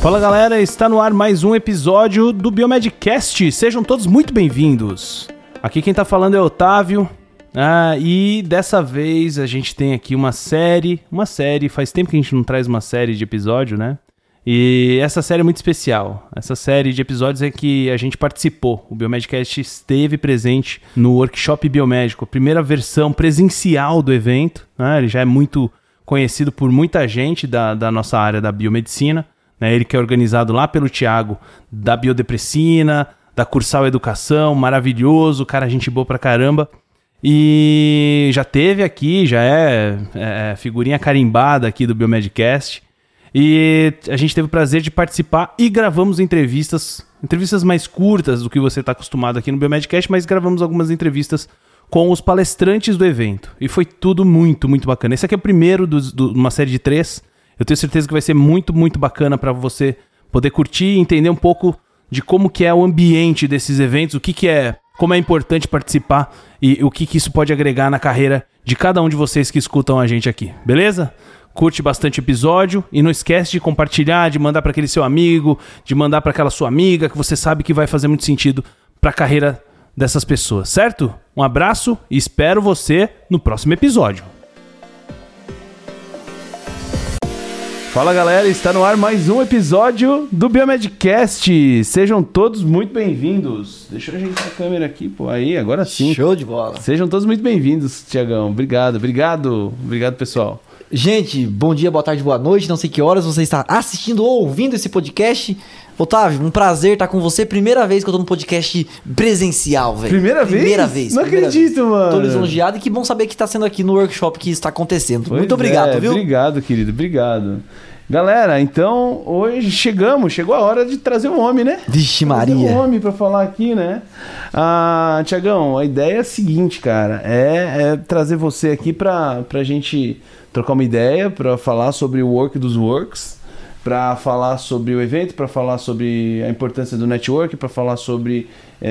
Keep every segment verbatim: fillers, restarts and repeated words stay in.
Fala galera, está no ar mais um episódio do Biomedcast. Sejam todos muito bem-vindos. Aqui quem tá falando é Otávio. Ah, e dessa vez a gente tem aqui uma série, uma série, faz tempo que a gente não traz uma série de episódio, né? E essa série é muito especial. Essa série de episódios é que a gente participou. O Biomedcast esteve presente no Workshop Biomédico, a primeira versão presencial do evento, né? Ele já é muito conhecido por muita gente da, da nossa área da biomedicina. Ele que é organizado lá pelo Thiago, da Biodepressina, da Cursal Educação, maravilhoso, cara, gente boa pra caramba. E já teve aqui, já é, é figurinha carimbada aqui do Biomedcast. E a gente teve o prazer de participar e gravamos entrevistas, entrevistas mais curtas do que você está acostumado aqui no Biomedcast, mas gravamos algumas entrevistas com os palestrantes do evento. E foi tudo muito, muito bacana. Esse aqui é o primeiro de uma série de três. Eu tenho certeza que vai ser muito, muito bacana para você poder curtir e entender um pouco de como que é o ambiente desses eventos, o que que é, como é importante participar e o que que isso pode agregar na carreira de cada um de vocês que escutam a gente aqui, beleza? Curte bastante o episódio e não esquece de compartilhar, de mandar para aquele seu amigo, de mandar para aquela sua amiga que você sabe que vai fazer muito sentido para a carreira dessas pessoas, certo? Um abraço e espero você no próximo episódio. Fala galera, está no ar mais um episódio do Biomedcast. Sejam todos muito bem-vindos. Deixa eu ajeitar a câmera aqui, pô. Aí, agora sim. Show de bola. Sejam todos muito bem-vindos, Tiagão. Obrigado, obrigado. Obrigado, pessoal. Gente, bom dia, boa tarde, boa noite. Não sei que horas você está assistindo ou ouvindo esse podcast. Otávio, um prazer estar com você. Primeira vez que eu tô no podcast presencial, velho. Primeira vez? Primeira vez. Não primeira acredito, vez. mano. Tô lisonjeado e que bom saber que tá sendo aqui no workshop que está acontecendo. Pois Muito obrigado, é, viu? Obrigado, querido. Obrigado. Galera, então hoje chegamos, chegou a hora de trazer um homem, né? Vixe trazer Maria. um homem pra falar aqui, né? Ah, Tiagão, a ideia é a seguinte, cara, é, é trazer você aqui pra, pra gente trocar uma ideia, pra falar sobre o work dos works, pra falar sobre o evento, pra falar sobre a importância do network, pra falar sobre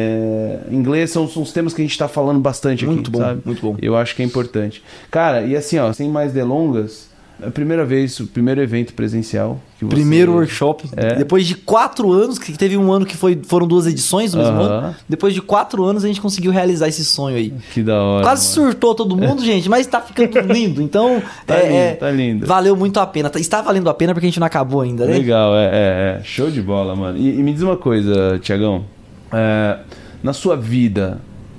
é, inglês, são, são os temas que a gente tá falando bastante aqui, Muito bom, sabe? muito bom. Eu acho que é importante. Cara, e assim, ó, sem mais delongas, é a primeira vez, o primeiro evento presencial que você... Primeiro workshop. É. Depois de quatro anos, que teve um ano que foi, foram duas edições no mesmo Aham. ano. Depois de quatro anos a gente conseguiu realizar esse sonho aí. Que da hora. Quase mano. surtou todo mundo, gente, mas tá ficando lindo. Então, Tá é, lindo, é, tá lindo. valeu muito a pena. Está valendo a pena porque a gente não acabou ainda, né? Legal, é, é, é. Show de bola, mano. E, e me diz uma coisa, Tiagão. É, na sua vida,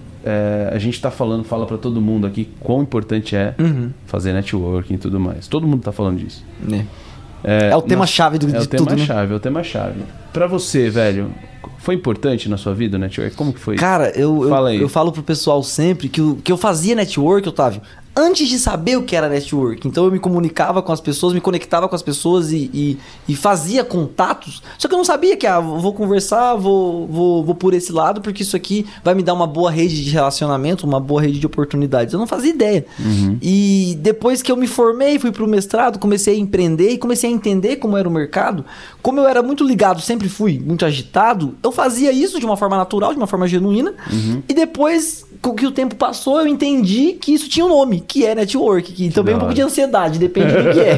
é, a gente tá falando, fala pra todo mundo aqui quão importante é Uhum. fazer networking e tudo mais. Todo mundo tá falando disso. É. É, É o tema-chave do- É de o tema tudo, né? chave, é o tema-chave. Pra você, velho, foi importante na sua vida o network? Como que foi? Cara, eu, Fala eu, aí. eu falo pro pessoal sempre que, o, que eu fazia network, Otávio, antes de saber o que era network. Então eu me comunicava com as pessoas, me conectava com as pessoas e, e, e fazia contatos. Só que eu não sabia que, ah, vou conversar, vou, vou, vou por esse lado, porque isso aqui vai me dar uma boa rede de relacionamento, uma boa rede de oportunidades. Eu não fazia ideia. Uhum. E depois que eu me formei, fui pro mestrado, comecei a empreender e comecei a entender como era o mercado. Como eu era muito ligado, sempre fui muito agitado, eu fazia isso de uma forma natural, de uma forma genuína. Uhum. E depois, com que o tempo passou, eu entendi que isso tinha um nome, que é network, que também é um pouco de ansiedade, depende do que é.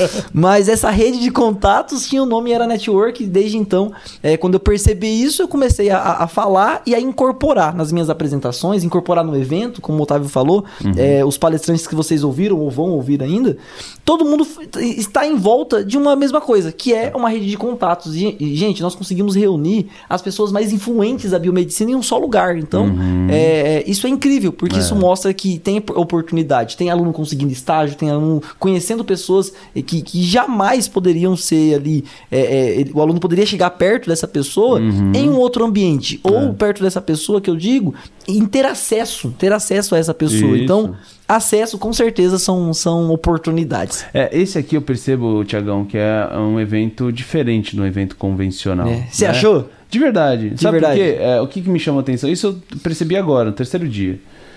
Mas essa rede de contatos tinha um nome e era network. E desde então, é, quando eu percebi isso, eu comecei a, a falar e a incorporar nas minhas apresentações, incorporar no evento, como o Otávio falou, Uhum. é, os palestrantes que vocês ouviram ou vão ouvir ainda, todo mundo f- está em volta de uma mesma coisa, que é uma rede de contatos. E, e, gente, nós conseguimos reunir as pessoas mais influentes da biomedicina em um só lugar. Então, Uhum. é, isso é incrível, porque É. isso mostra que tem oportunidade, tem aluno conseguindo estágio, tem aluno conhecendo pessoas que, que jamais poderiam ser ali, é, é, ele- o aluno poderia chegar perto dessa pessoa Uhum. em um outro ambiente, ou É. perto dessa pessoa que eu digo, em ter acesso, ter acesso a essa pessoa. Isso. Então, acesso com certeza são, são oportunidades. É, esse aqui eu percebo, Tiagão, que é um evento diferente do evento convencional. É. Você né? achou? De verdade. De Sabe verdade. por quê? É, o que, que me chamou a atenção? Isso eu percebi agora, no terceiro dia.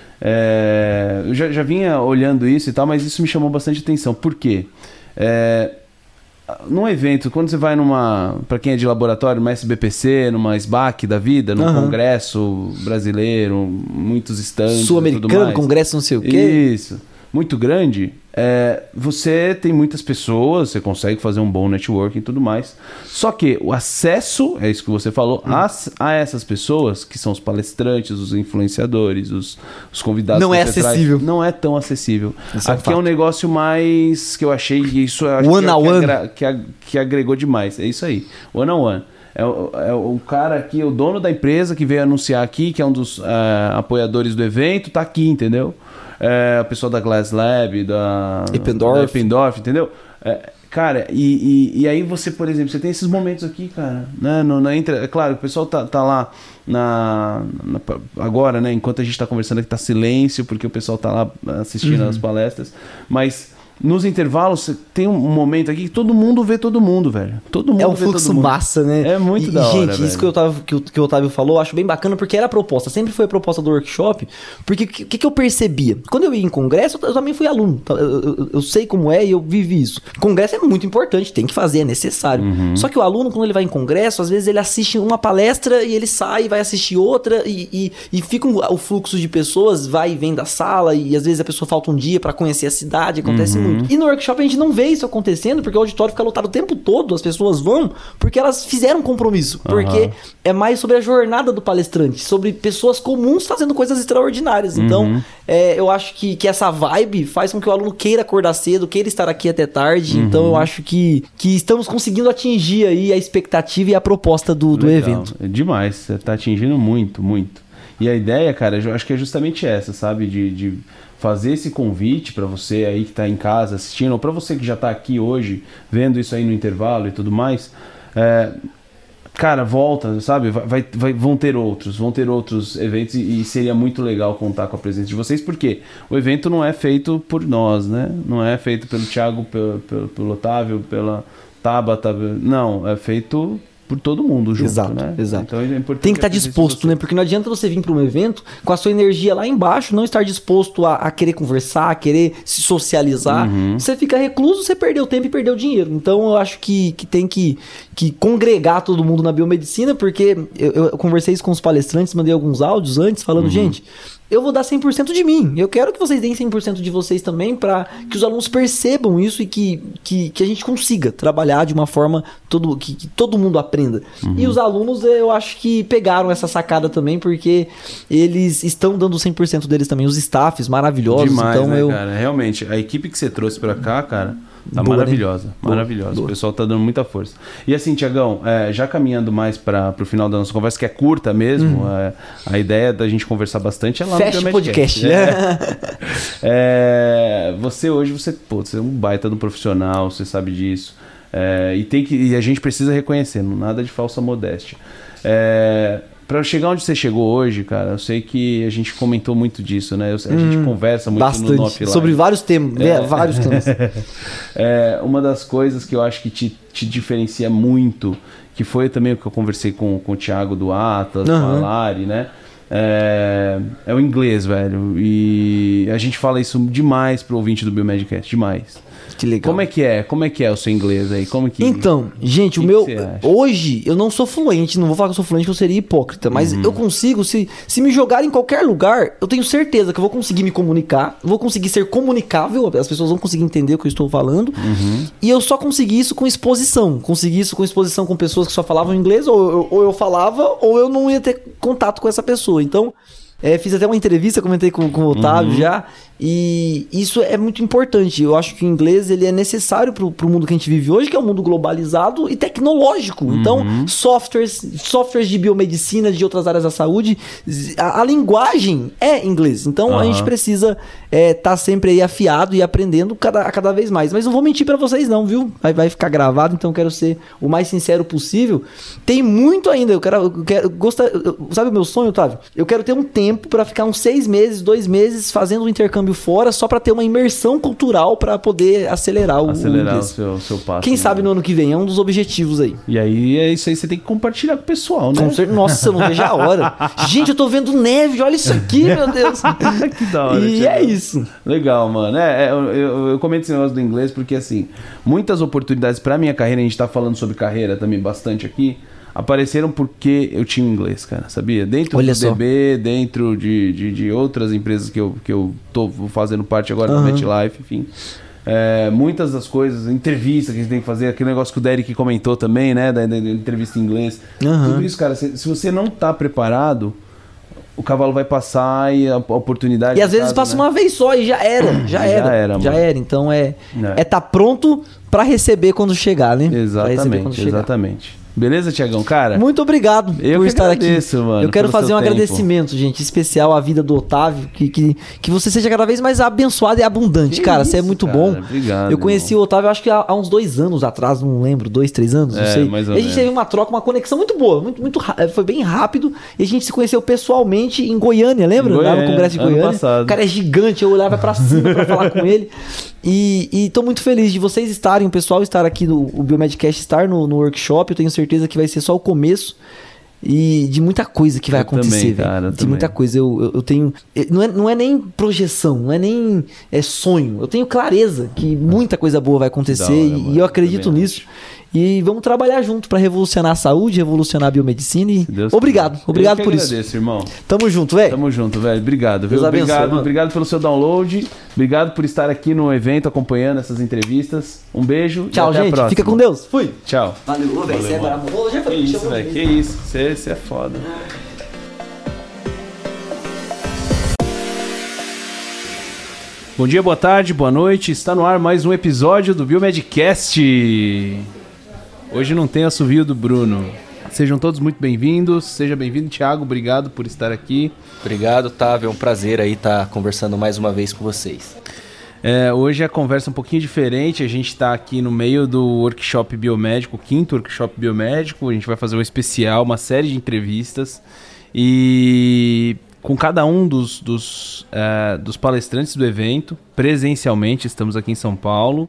É, eu já, já vinha olhando isso e tal, mas isso me chamou bastante atenção. Por quê? É, num evento, quando você vai numa, para quem é de laboratório, numa S B P C, numa S B A C da vida, num Aham. congresso brasileiro, muitos stands e tudo Sul-americano, mais. congresso não sei o quê. Isso. Muito grande. é, você tem muitas pessoas, você consegue fazer um bom networking e tudo mais. Só que o acesso, é isso que você falou, hum. a, a essas pessoas, que são os palestrantes, os influenciadores, os, os convidados... Não que é você acessível. Traz, não é tão acessível. Isso Aqui é, um é um negócio mais que eu achei, isso eu acho one que, on que, one. agra, que, ag, que agregou demais. É isso aí, one on one. É o, é o cara aqui, o dono da empresa que veio anunciar aqui, que é um dos uh, apoiadores do evento, tá aqui, entendeu? É, a pessoa da Glass Lab, da Eppendorf, da Eppendorf, entendeu? É, cara, e, e, e aí você, por exemplo, você tem esses momentos aqui, cara, né? No, na entre... É claro, o pessoal tá, tá lá na, na, agora, né? Enquanto a gente tá conversando aqui, tá silêncio, porque o pessoal tá lá assistindo uhum. as palestras, mas... Nos intervalos, tem um momento aqui que todo mundo vê todo mundo, velho. Todo mundo é um vê fluxo todo mundo. massa, né? É muito e, da hora, gente, velho. Isso que o, Otávio, que, o, que o Otávio falou, eu acho bem bacana, porque era a proposta. Sempre foi a proposta do workshop. Porque o que, que eu percebia? Quando eu ia em congresso, eu, eu também fui aluno. Eu, eu, eu sei como é e eu vivi isso. Congresso é muito importante, tem que fazer, é necessário. Uhum. Só que o aluno, quando ele vai em congresso, às vezes ele assiste uma palestra e ele sai e vai assistir outra e, e, e fica um, o fluxo de pessoas, vai e vem da sala e às vezes a pessoa falta um dia pra conhecer a cidade, acontece uhum. muito. E no workshop a gente não vê isso acontecendo, porque o auditório fica lotado o tempo todo, as pessoas vão, porque elas fizeram um compromisso, porque uhum. é mais sobre a jornada do palestrante, sobre pessoas comuns fazendo coisas extraordinárias. Uhum. Então, é, eu acho que, que essa vibe faz com que o aluno queira acordar cedo, queira estar aqui até tarde, uhum. então eu acho que, que estamos conseguindo atingir aí a expectativa e a proposta do, do evento. É demais, você está atingindo muito, muito. E a ideia, cara, eu acho que é justamente essa, sabe, de... de... fazer esse convite para você aí que está em casa assistindo, ou para você que já está aqui hoje, vendo isso aí no intervalo e tudo mais, é, cara, volta, sabe? Vai, vai, vão ter outros, vão ter outros eventos e, e seria muito legal contar com a presença de vocês, porque o evento não é feito por nós, né? Não é feito pelo Thiago, pelo, pelo, pelo Otávio, pela Tabata, não, é feito... por todo mundo junto, exato, né? Exato. Então é importante tem que estar disposto, né? Porque não adianta você vir para um evento com a sua energia lá embaixo, não estar disposto a, a querer conversar, a querer se socializar. Uhum. Você fica recluso, você perdeu tempo e perdeu dinheiro. Então eu acho que, que tem que, que congregar todo mundo na biomedicina, porque eu, eu conversei isso com os palestrantes, mandei alguns áudios antes falando, uhum. gente... eu vou dar cem por cento de mim. Eu quero que vocês deem cem por cento de vocês também, para que os alunos percebam isso e que, que, que a gente consiga trabalhar de uma forma todo, que, que todo mundo aprenda. Uhum. E os alunos, eu acho que pegaram essa sacada também, porque eles estão dando cem por cento deles também. Os staffs maravilhosos. Demais, então né, eu... cara? Realmente, a equipe que você trouxe pra cá, cara... Tá boa, maravilhosa, né? maravilhosa. Boa, boa. O pessoal tá dando muita força. E assim, Tiagão, é, já caminhando mais para pro final da nossa conversa, que é curta mesmo, uhum. é, a ideia da gente conversar bastante é lá Fecha no podcast. É. é, você hoje, você, pô, você é um baita de um profissional, você sabe disso. É, e, tem que, e a gente precisa reconhecer, nada de falsa modéstia. É... Pra chegar onde você chegou hoje, cara, eu sei que a gente comentou muito disso, né? A gente hum, conversa muito bastante. no offline. Sobre vários temas, é. É, vários temas. É, uma das coisas que eu acho que te, te diferencia muito, que foi também o que eu conversei com, com o Thiago do Atlas, uhum. com a Lari, né? É, é o inglês, velho. E a gente fala isso demais pro ouvinte do Biomedcast, demais. Que legal. Como é que é? Como é que é o seu inglês aí? Como que... Então, gente, que o meu... que hoje, eu não sou fluente, não vou falar que eu sou fluente, que eu seria hipócrita, mas uhum. eu consigo, se, se me jogar em qualquer lugar, eu tenho certeza que eu vou conseguir me comunicar, vou conseguir ser comunicável, as pessoas vão conseguir entender o que eu estou falando, uhum. e eu só consegui isso com exposição, consegui isso com exposição com pessoas que só falavam inglês, ou eu, ou eu falava, ou eu não ia ter contato com essa pessoa, então... É, fiz até uma entrevista, comentei com, com o Otávio uhum. já, e isso é muito importante. Eu acho que o inglês ele é necessário pro, pro mundo que a gente vive hoje, que é um mundo globalizado e tecnológico. Uhum. Então, softwares, softwares de biomedicina, de outras áreas da saúde, a, a linguagem é inglês. Então, uhum. a gente precisa estar é, tá sempre aí afiado e aprendendo cada, a cada vez mais. Mas não vou mentir pra vocês não, viu? Vai, vai ficar gravado, então eu quero ser o mais sincero possível. Tem muito ainda, eu quero... Eu quero gostar, sabe o meu sonho, Otávio? Eu quero ter um tempo para ficar uns seis meses, dois meses fazendo um intercâmbio fora, só para ter uma imersão cultural para poder acelerar o acelerar o, o seu, seu passo. Quem né? sabe no ano que vem, é um dos objetivos aí. E aí é isso aí, você tem que compartilhar com o pessoal, né? Com Nossa, eu não vejo a hora. Gente, eu tô vendo neve, olha isso aqui, meu Deus. Que da hora. E é isso. Legal, mano. É, é, eu, eu, eu comento esse negócio do inglês porque, assim, muitas oportunidades para minha carreira, a gente tá falando sobre carreira também bastante aqui. apareceram porque eu tinha inglês, cara, sabia? Dentro Olha do só. D B, dentro de, de, de outras empresas que eu, que eu tô fazendo parte agora, Uhum. da MetLife, enfim. É, muitas das coisas, entrevista que a gente tem que fazer, aquele negócio que o Derek comentou também, né? Da, da, da entrevista em inglês. Uhum. Tudo isso, cara, se, se você não tá preparado, o cavalo vai passar e a, a oportunidade... E às no vezes caso, passa né? uma vez só e já era, já Já era. era, já mano. era. Então é, É. é tá pronto pra receber quando chegar, né? Pra receber Exatamente, quando chegar. exatamente. Beleza, Tiagão? Cara, Muito obrigado Eu por que estar agradeço, aqui. mano, Eu quero pelo fazer seu um tempo. agradecimento, gente, especial à vida do Otávio, que, que, que você seja cada vez mais abençoado e abundante, Que cara. isso, Você é muito cara, bom. obrigado, Eu conheci irmão. o Otávio, acho que há, há uns dois anos atrás, não lembro, dois, três anos, não É, sei. mais ou e a gente menos. teve uma troca, uma conexão muito boa, muito, muito, ra- foi bem rápido. E a gente se conheceu pessoalmente em Goiânia, lembra? Em Lá no Goiânia, Congresso de ano Goiânia. passado. O cara é gigante, eu olhava pra cima pra falar com ele. E, e tô muito feliz de vocês estarem, o pessoal estar aqui, no, o Biomedcast estar no, no workshop. Eu tenho certeza que vai ser só o começo e de muita coisa que vai Eu acontecer, também, velho. cara, eu De também. muita coisa. Eu, eu, eu tenho. eh, Não é, não é nem projeção, não é nem é sonho. Eu tenho clareza que muita coisa boa vai acontecer Da hora, e, mano, e eu acredito também nisso. E vamos trabalhar junto pra revolucionar a saúde, revolucionar a biomedicina. E Se Deus obrigado, quiser. obrigado Eu que por isso. agradeço, irmão. Tamo junto, velho. Tamo junto, velho. Obrigado, viu? Deus abençoe, Obrigado, mano. obrigado pelo seu download. Obrigado por estar aqui no evento acompanhando essas entrevistas. Um beijo. Tchau, e até a gente. próxima. Fica com Deus. Fui. Tchau. Valeu, velho. Valeu, Você é mano. brabo. Ô, já Que falei, isso, chamou velho. de Que isso. Você você é foda. Bom dia, boa tarde, boa noite. Está no ar mais um episódio do Biomedcast. Hoje não tem assovio do Bruno. Sejam todos muito bem-vindos. Seja bem-vindo, Thiago. Obrigado por estar aqui. Obrigado, Otávio. É um prazer aí estar conversando mais uma vez com vocês. É, hoje a conversa é um pouquinho diferente. A gente está aqui no meio do workshop biomédico, o quinto workshop biomédico. A gente vai fazer um especial, uma série de entrevistas. E com cada um dos, dos, é, dos palestrantes do evento, presencialmente, estamos aqui em São Paulo.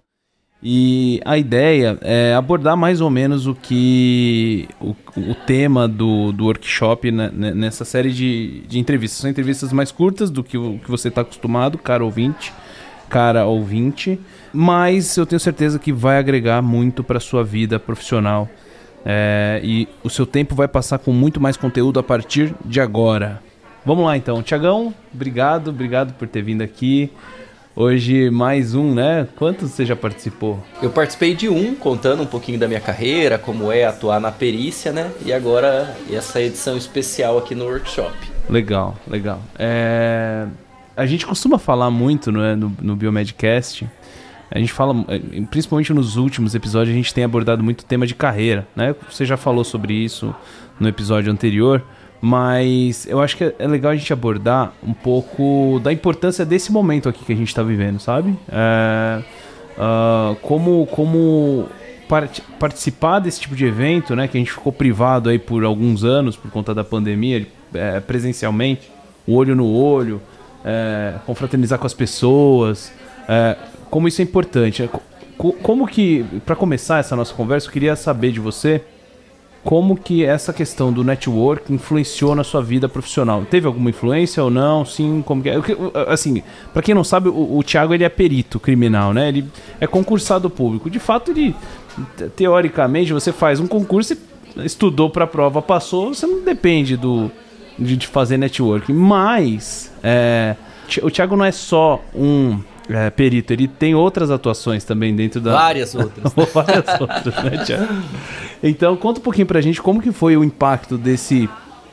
E a ideia é abordar mais ou menos o que o, o tema do, do workshop, né, nessa série de, de entrevistas. São entrevistas mais curtas do que o que você está acostumado, cara ouvinte, cara ouvinte, mas eu tenho certeza que vai agregar muito para sua vida profissional. É, e o seu tempo vai passar com muito mais conteúdo a partir de agora. Vamos lá então, Thiagão, obrigado, obrigado por ter vindo aqui. Hoje mais um, né? Quantos você já participou? Eu participei de um, contando um pouquinho da minha carreira, como é atuar na perícia, né? E agora essa edição especial aqui no workshop. Legal, legal. É, a gente costuma falar muito, né, no, no Biomedcast. A gente fala, principalmente nos últimos episódios, a gente tem abordado muito o tema de carreira, né? Você já falou sobre isso no episódio anterior, mas eu acho que é legal a gente abordar um pouco da importância desse momento aqui que a gente está vivendo, sabe? É, uh, como como part- participar desse tipo de evento, né? Que a gente ficou privado aí por alguns anos por conta da pandemia, é, presencialmente, olho no olho, é, confraternizar com as pessoas, é, como isso é importante. Co- como que, para começar essa nossa conversa, eu queria saber de você como que essa questão do network influenciou na sua vida profissional. Teve alguma influência ou não? Sim, como que é? Assim, para quem não sabe, o, o Thiago ele é perito criminal, né? Ele é concursado público. De fato, ele, teoricamente, você faz um concurso, estudou para a prova, passou, você não depende do, de, de fazer network. Mas é, o Thiago não é só um é, perito, ele tem outras atuações também dentro da... Várias outras. Várias outras, né, Thiago? Então, conta um pouquinho pra gente como que foi o impacto desse,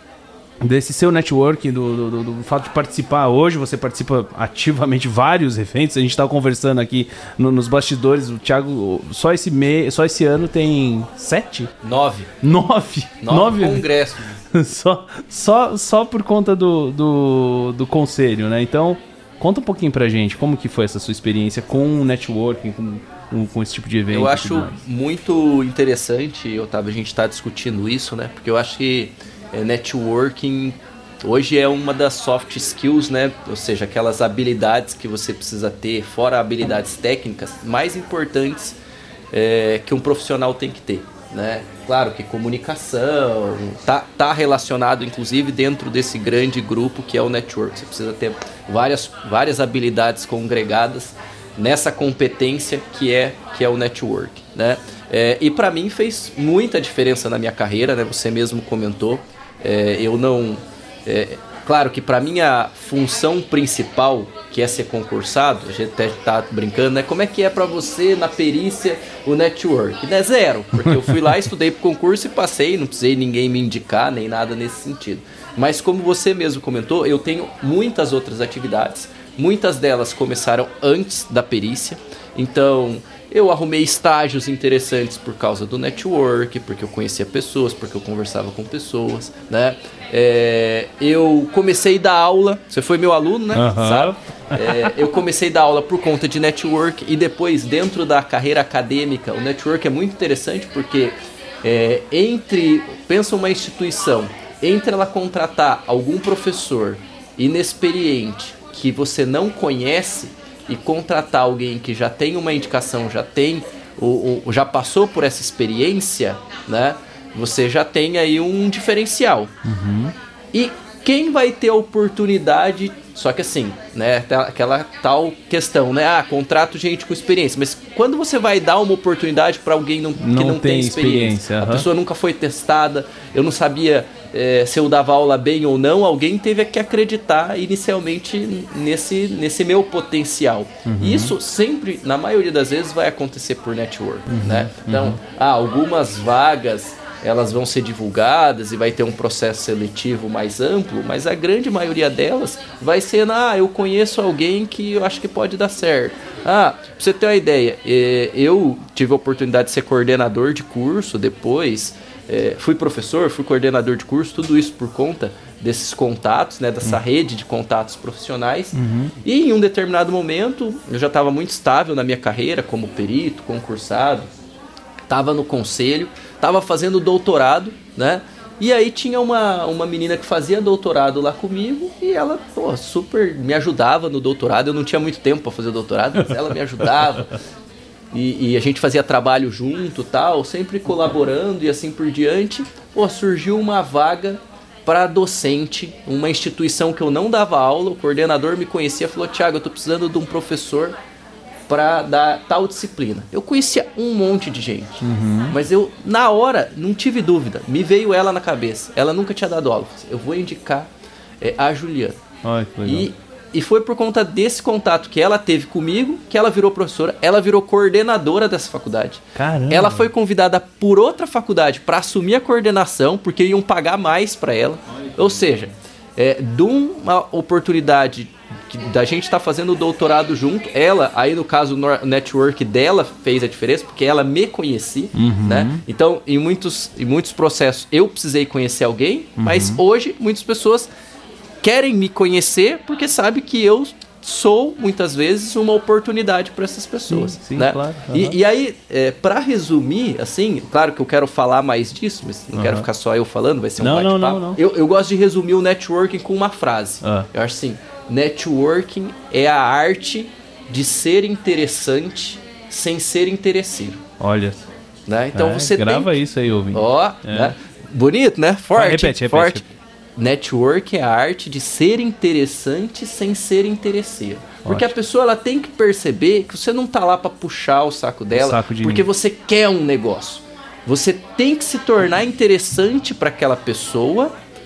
desse seu networking, do, do, do, do fato de participar. Hoje você participa ativamente de vários eventos. A gente estava conversando aqui no, nos bastidores. O Thiago, só esse, me, só esse ano tem sete? Nove. Nove? Nove congressos. só, só, só por conta do, do, do conselho, né? Então, conta um pouquinho pra gente como que foi essa sua experiência com o networking, com... Com, com esse tipo de evento. Eu acho muito interessante, Otávio, a gente estar discutindo isso, né? Porque eu acho que é, networking hoje é uma das soft skills, né? Ou seja, aquelas habilidades que você precisa ter, fora habilidades técnicas, mais importantes é, que um profissional tem que ter, né? Claro que comunicação tá, tá relacionado, inclusive, dentro desse grande grupo que é o network. Você precisa ter várias, várias habilidades congregadas nessa competência que é, que é o network, né? É, e para mim fez muita diferença na minha carreira, né? Você mesmo comentou. É, eu não... É, claro que para mim a função principal, que é ser concursado, a gente até tá brincando, né? Como é que é para você na perícia o network? Né? Zero, porque eu fui lá, estudei pro concurso e passei, não precisei ninguém me indicar, nem nada nesse sentido. Mas como você mesmo comentou, eu tenho muitas outras atividades, muitas delas começaram antes da perícia, então eu arrumei estágios interessantes por causa do network, porque eu conhecia pessoas, porque eu conversava com pessoas, né? É, eu comecei a dar aula, você foi meu aluno, né? Uhum. Sabe? É, eu comecei a dar aula por conta de network e depois, dentro da carreira acadêmica, o network é muito interessante porque é, entre, pensa uma instituição, entre ela contratar algum professor inexperiente que você não conhece e contratar alguém que já tem uma indicação, já tem, o, o, já passou por essa experiência, né? Você já tem aí um diferencial. Uhum. E quem vai ter a oportunidade, só que assim, né? Aquela tal questão, né? Ah, contrato gente com experiência. Mas quando você vai dar uma oportunidade para alguém não, que não, não tem, tem experiência, experiência uhum. a pessoa nunca foi testada, eu não sabia é, se eu dava aula bem ou não, alguém teve que acreditar inicialmente nesse, nesse meu potencial. Uhum. E isso sempre, na maioria das vezes, vai acontecer por network, uhum. né? Então, uhum. ah, algumas vagas elas vão ser divulgadas e vai ter um processo seletivo mais amplo, mas a grande maioria delas vai ser na, ah, eu conheço alguém que eu acho que pode dar certo. Ah, pra você ter uma ideia, eu tive a oportunidade de ser coordenador de curso, depois é, fui professor, fui coordenador de curso, tudo isso por conta desses contatos, né, dessa uhum. rede de contatos profissionais. Uhum. E em um determinado momento, eu já estava muito estável na minha carreira como perito, concursado, estava no conselho, estava fazendo doutorado, né? E aí tinha uma, uma menina que fazia doutorado lá comigo e ela, pô, super me ajudava no doutorado. Eu não tinha muito tempo para fazer doutorado, mas ela me ajudava. E, e a gente fazia trabalho junto, tal, sempre colaborando e assim por diante. Pô, surgiu uma vaga para docente, uma instituição que eu não dava aula. O coordenador me conhecia, falou: Thiago, eu tô precisando de um professor para dar tal disciplina. Eu conhecia um monte de gente, uhum. mas eu, na hora, não tive dúvida. Me veio ela na cabeça. Ela nunca tinha dado aula. Eu vou indicar é, a Juliana. Ai, que legal. E, e foi por conta desse contato que ela teve comigo, que ela virou professora, ela virou coordenadora dessa faculdade. Caramba. Ela foi convidada por outra faculdade para assumir a coordenação, porque iam pagar mais para ela. Ou seja, é, de uma oportunidade da gente estar tá fazendo o doutorado junto, ela, aí no caso o network dela fez a diferença, porque ela me conhecia, uhum. né? Então, em muitos, em muitos processos eu precisei conhecer alguém, uhum. mas hoje muitas pessoas querem me conhecer porque sabem que eu sou, muitas vezes, uma oportunidade para essas pessoas. Sim, sim, né? Claro. Uhum. E, e aí, é, para resumir, assim, claro que eu quero falar mais disso, mas não uhum. quero ficar só eu falando, vai ser um não, bate-papo. Não, não, não. Eu, eu gosto de resumir o networking com uma frase. Uhum. Eu acho assim: networking é a arte de ser interessante sem ser interesseiro. Olha. Né? Então é, você grava tem... isso aí, ouvinte. Ó, é. né? Bonito, né? Forte. Ah, repete, repete, forte. repete. Network é a arte de ser interessante sem ser interesseiro. Porque Ótimo. A pessoa ela tem que perceber que você não tá lá para puxar o saco dela, o saco de porque mim. Você quer um negócio. Você tem que se tornar interessante para aquela pessoa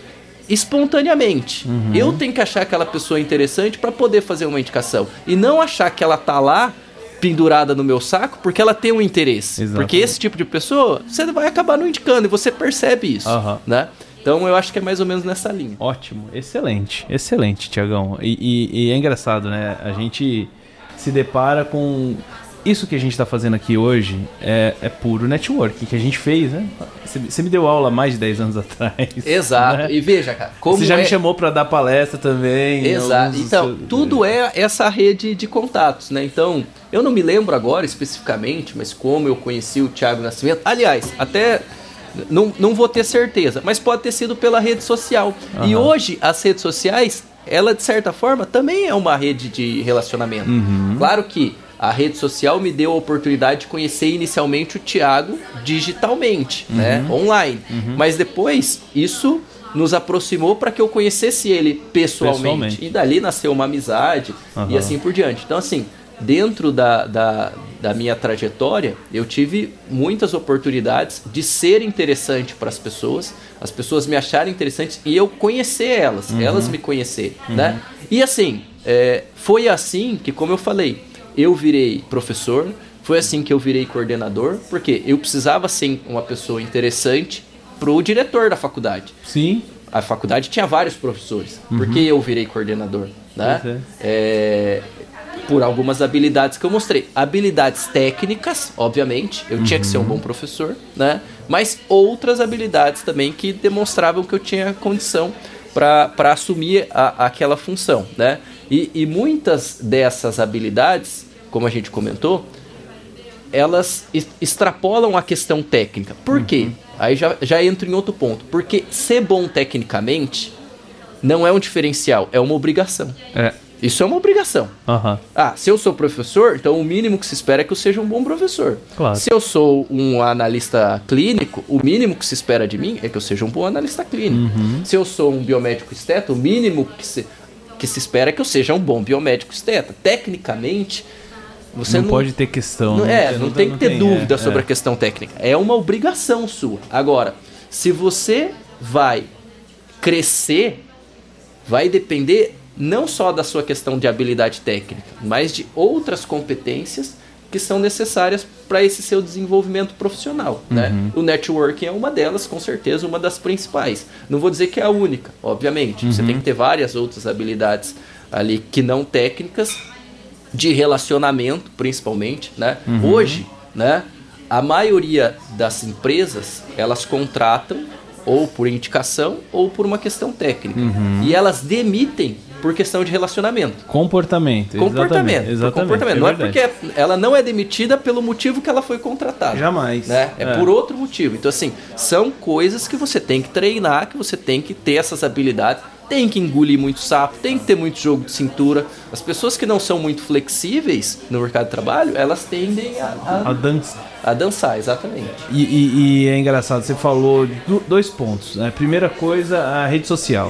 espontaneamente. Uhum. Eu tenho que achar aquela pessoa interessante para poder fazer uma indicação. E não achar que ela tá lá pendurada no meu saco porque ela tem um interesse. Exatamente. Porque esse tipo de pessoa, você vai acabar não indicando e você percebe isso. Uhum. Né? Então eu acho que é mais ou menos nessa linha. Ótimo, excelente, excelente, Tiagão. E, e, e é engraçado, né? A gente se depara com... Isso que a gente está fazendo aqui hoje é, é puro network, que a gente fez, né? Você, você me deu aula há mais de dez anos atrás. Exato. Né? E veja, cara, como Você já é... me chamou para dar palestra também. Exato. Então, seus... tudo é essa rede de contatos, né? Então, eu não me lembro agora especificamente, mas como eu conheci o Thiago Nascimento. Aliás, até... Não, não vou ter certeza, mas pode ter sido pela rede social. Uhum. E hoje, as redes sociais, ela de certa forma também é uma rede de relacionamento. Uhum. Claro que a rede social me deu a oportunidade de conhecer inicialmente o Thiago digitalmente, uhum. né? Online. Uhum. Mas depois, isso nos aproximou para que eu conhecesse ele pessoalmente. pessoalmente. E dali nasceu uma amizade uhum. e assim por diante. Então, assim, dentro da, da, da minha trajetória, eu tive muitas oportunidades de ser interessante para as pessoas, as pessoas me acharem interessante e eu conhecer elas, uhum. elas me conhecerem, uhum. né? E assim, é, foi assim que, como eu falei, eu virei professor, foi assim que eu virei coordenador, porque eu precisava ser uma pessoa interessante para o diretor da faculdade. Sim. A faculdade tinha vários professores, uhum. porque eu virei coordenador, né? É. É, por algumas habilidades que eu mostrei. Habilidades técnicas, obviamente, eu uhum. tinha que ser um bom professor, né? Mas outras habilidades também que demonstravam que eu tinha condição para assumir a, aquela função, né? E, e muitas dessas habilidades, como a gente comentou, elas extrapolam a questão técnica. Por quê? Uhum. Aí já, já entro em outro ponto. Porque ser bom tecnicamente não é um diferencial, é uma obrigação. É. Isso é uma obrigação. Uhum. Ah, se eu sou professor, então o mínimo que se espera é que eu seja um bom professor. Claro. Se eu sou um analista clínico, o mínimo que se espera de mim é que eu seja um bom analista clínico. Uhum. Se eu sou um biomédico esteta, o mínimo que se, que se espera é que eu seja um bom biomédico esteta. Tecnicamente, você não, não pode ter questão. Não, é, não, não tem que ter tem, dúvida é, sobre é. a questão técnica. É uma obrigação sua. Agora, se você vai crescer, vai depender não só da sua questão de habilidade técnica, mas de outras competências que são necessárias para esse seu desenvolvimento profissional. Uhum. Né? O networking é uma delas, com certeza, uma das principais. Não vou dizer que é a única, obviamente. Uhum. Você tem que ter várias outras habilidades ali que não técnicas, de relacionamento, principalmente. Né? Uhum. Hoje, né, a maioria das empresas, elas contratam ou por indicação ou por uma questão técnica. Uhum. E elas demitem por questão de relacionamento. Comportamento. Comportamento. Exatamente. exatamente comportamento. É não verdade. é porque ela não é demitida pelo motivo que ela foi contratada. Jamais. Né? É, é por outro motivo. Então, assim, são coisas que você tem que treinar, que você tem que ter essas habilidades, tem que engolir muito sapo, tem que ter muito jogo de cintura. As pessoas que não são muito flexíveis no mercado de trabalho, elas tendem a... A, a dançar. A dançar, exatamente. E, e, e é engraçado, você falou do, dois pontos. Né? Primeira coisa, a rede social.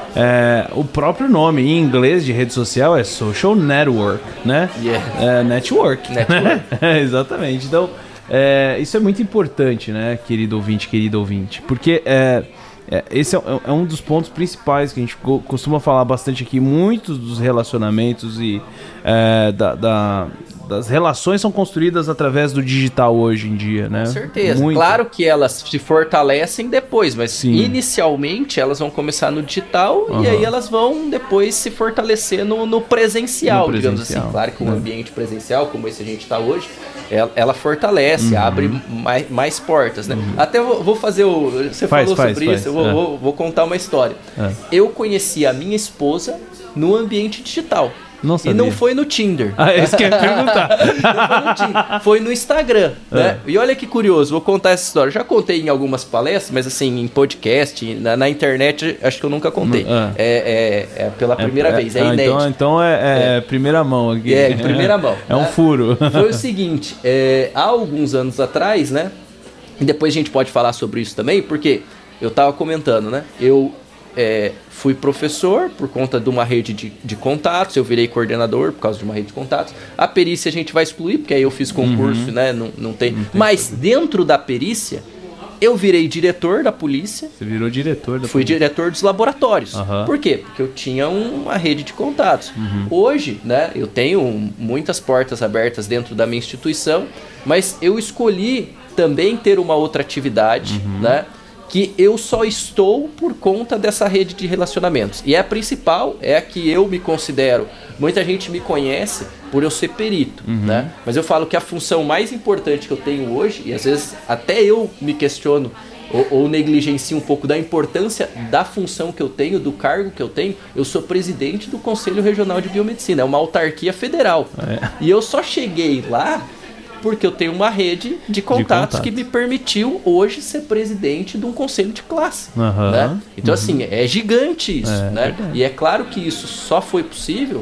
É, o próprio nome em inglês de rede social é social network, né? Yeah. É, network. Network. É, exatamente. Então, é, isso é muito importante, né, querido ouvinte, querido ouvinte, porque é, é, esse é, é um dos pontos principais que a gente costuma falar bastante aqui. Muitos dos relacionamentos e é, da, da das relações são construídas através do digital hoje em dia, né? Com certeza. Muito. Claro que elas se fortalecem depois, mas Sim. inicialmente elas vão começar no digital uhum. e aí elas vão depois se fortalecer no, no, presencial, no digamos presencial, assim. Claro que um é. ambiente presencial, como esse a gente está hoje, ela, ela fortalece, uhum. abre mais, mais portas, né? Uhum. Até vou, vou fazer o... Você faz, falou faz, sobre faz, isso, eu vou, é. vou, vou contar uma história. É. Eu conheci a minha esposa no ambiente digital. Não e não foi no Tinder. Ah, isso que eu ia perguntar. Não foi no Tinder, foi no Instagram, é. né? E olha que curioso, vou contar essa história. Já contei em algumas palestras, mas assim, em podcast, na, na internet, acho que eu nunca contei. É, é, é pela primeira é, vez, é ah, inédito. Então, então é, é, é primeira mão aqui. É, em primeira mão. É um né? furo. Foi o seguinte, é, há alguns anos atrás, né? E depois a gente pode falar sobre isso também, porque eu tava comentando, né? Eu... É, fui professor por conta de uma rede de, de contatos, eu virei coordenador por causa de uma rede de contatos. A perícia a gente vai excluir, porque aí eu fiz concurso, uhum. né? Não, não tem. Não tem Mas problema. Dentro da perícia, eu virei diretor da polícia. Você virou diretor da Fui polícia. diretor dos laboratórios. Uhum. Por quê? Porque eu tinha uma rede de contatos. Uhum. Hoje, né, eu tenho muitas portas abertas dentro da minha instituição, mas eu escolhi também ter uma outra atividade, uhum. né? Que eu só estou por conta dessa rede de relacionamentos. E a principal é a que eu me considero. Muita gente me conhece por eu ser perito, uhum. né? Mas eu falo que a função mais importante que eu tenho hoje, e às vezes até eu me questiono ou, ou negligencio um pouco da importância da função que eu tenho, do cargo que eu tenho, eu sou presidente do Conselho Regional de Biomedicina, é uma autarquia federal. É. E eu só cheguei lá porque eu tenho uma rede de contatos, de contatos que me permitiu hoje ser presidente de um conselho de classe. Uhum, né? Então, uhum. assim, é gigante isso. É, né? E é claro que isso só foi possível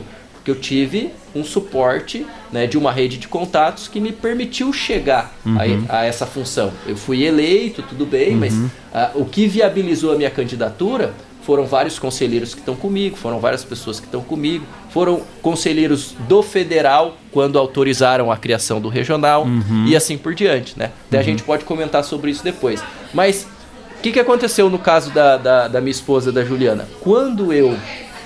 Porque eu tive um suporte, né, de uma rede de contatos que me permitiu chegar uhum. a, a essa função. Eu fui eleito, tudo bem, uhum. mas a, o que viabilizou a minha candidatura foram vários conselheiros que estão comigo, foram várias pessoas que estão comigo, foram conselheiros do federal quando autorizaram a criação do regional uhum. e assim por diante, né? Até uhum. a gente pode comentar sobre isso depois. Mas o que, que aconteceu no caso da, da, da minha esposa, da Juliana? Quando eu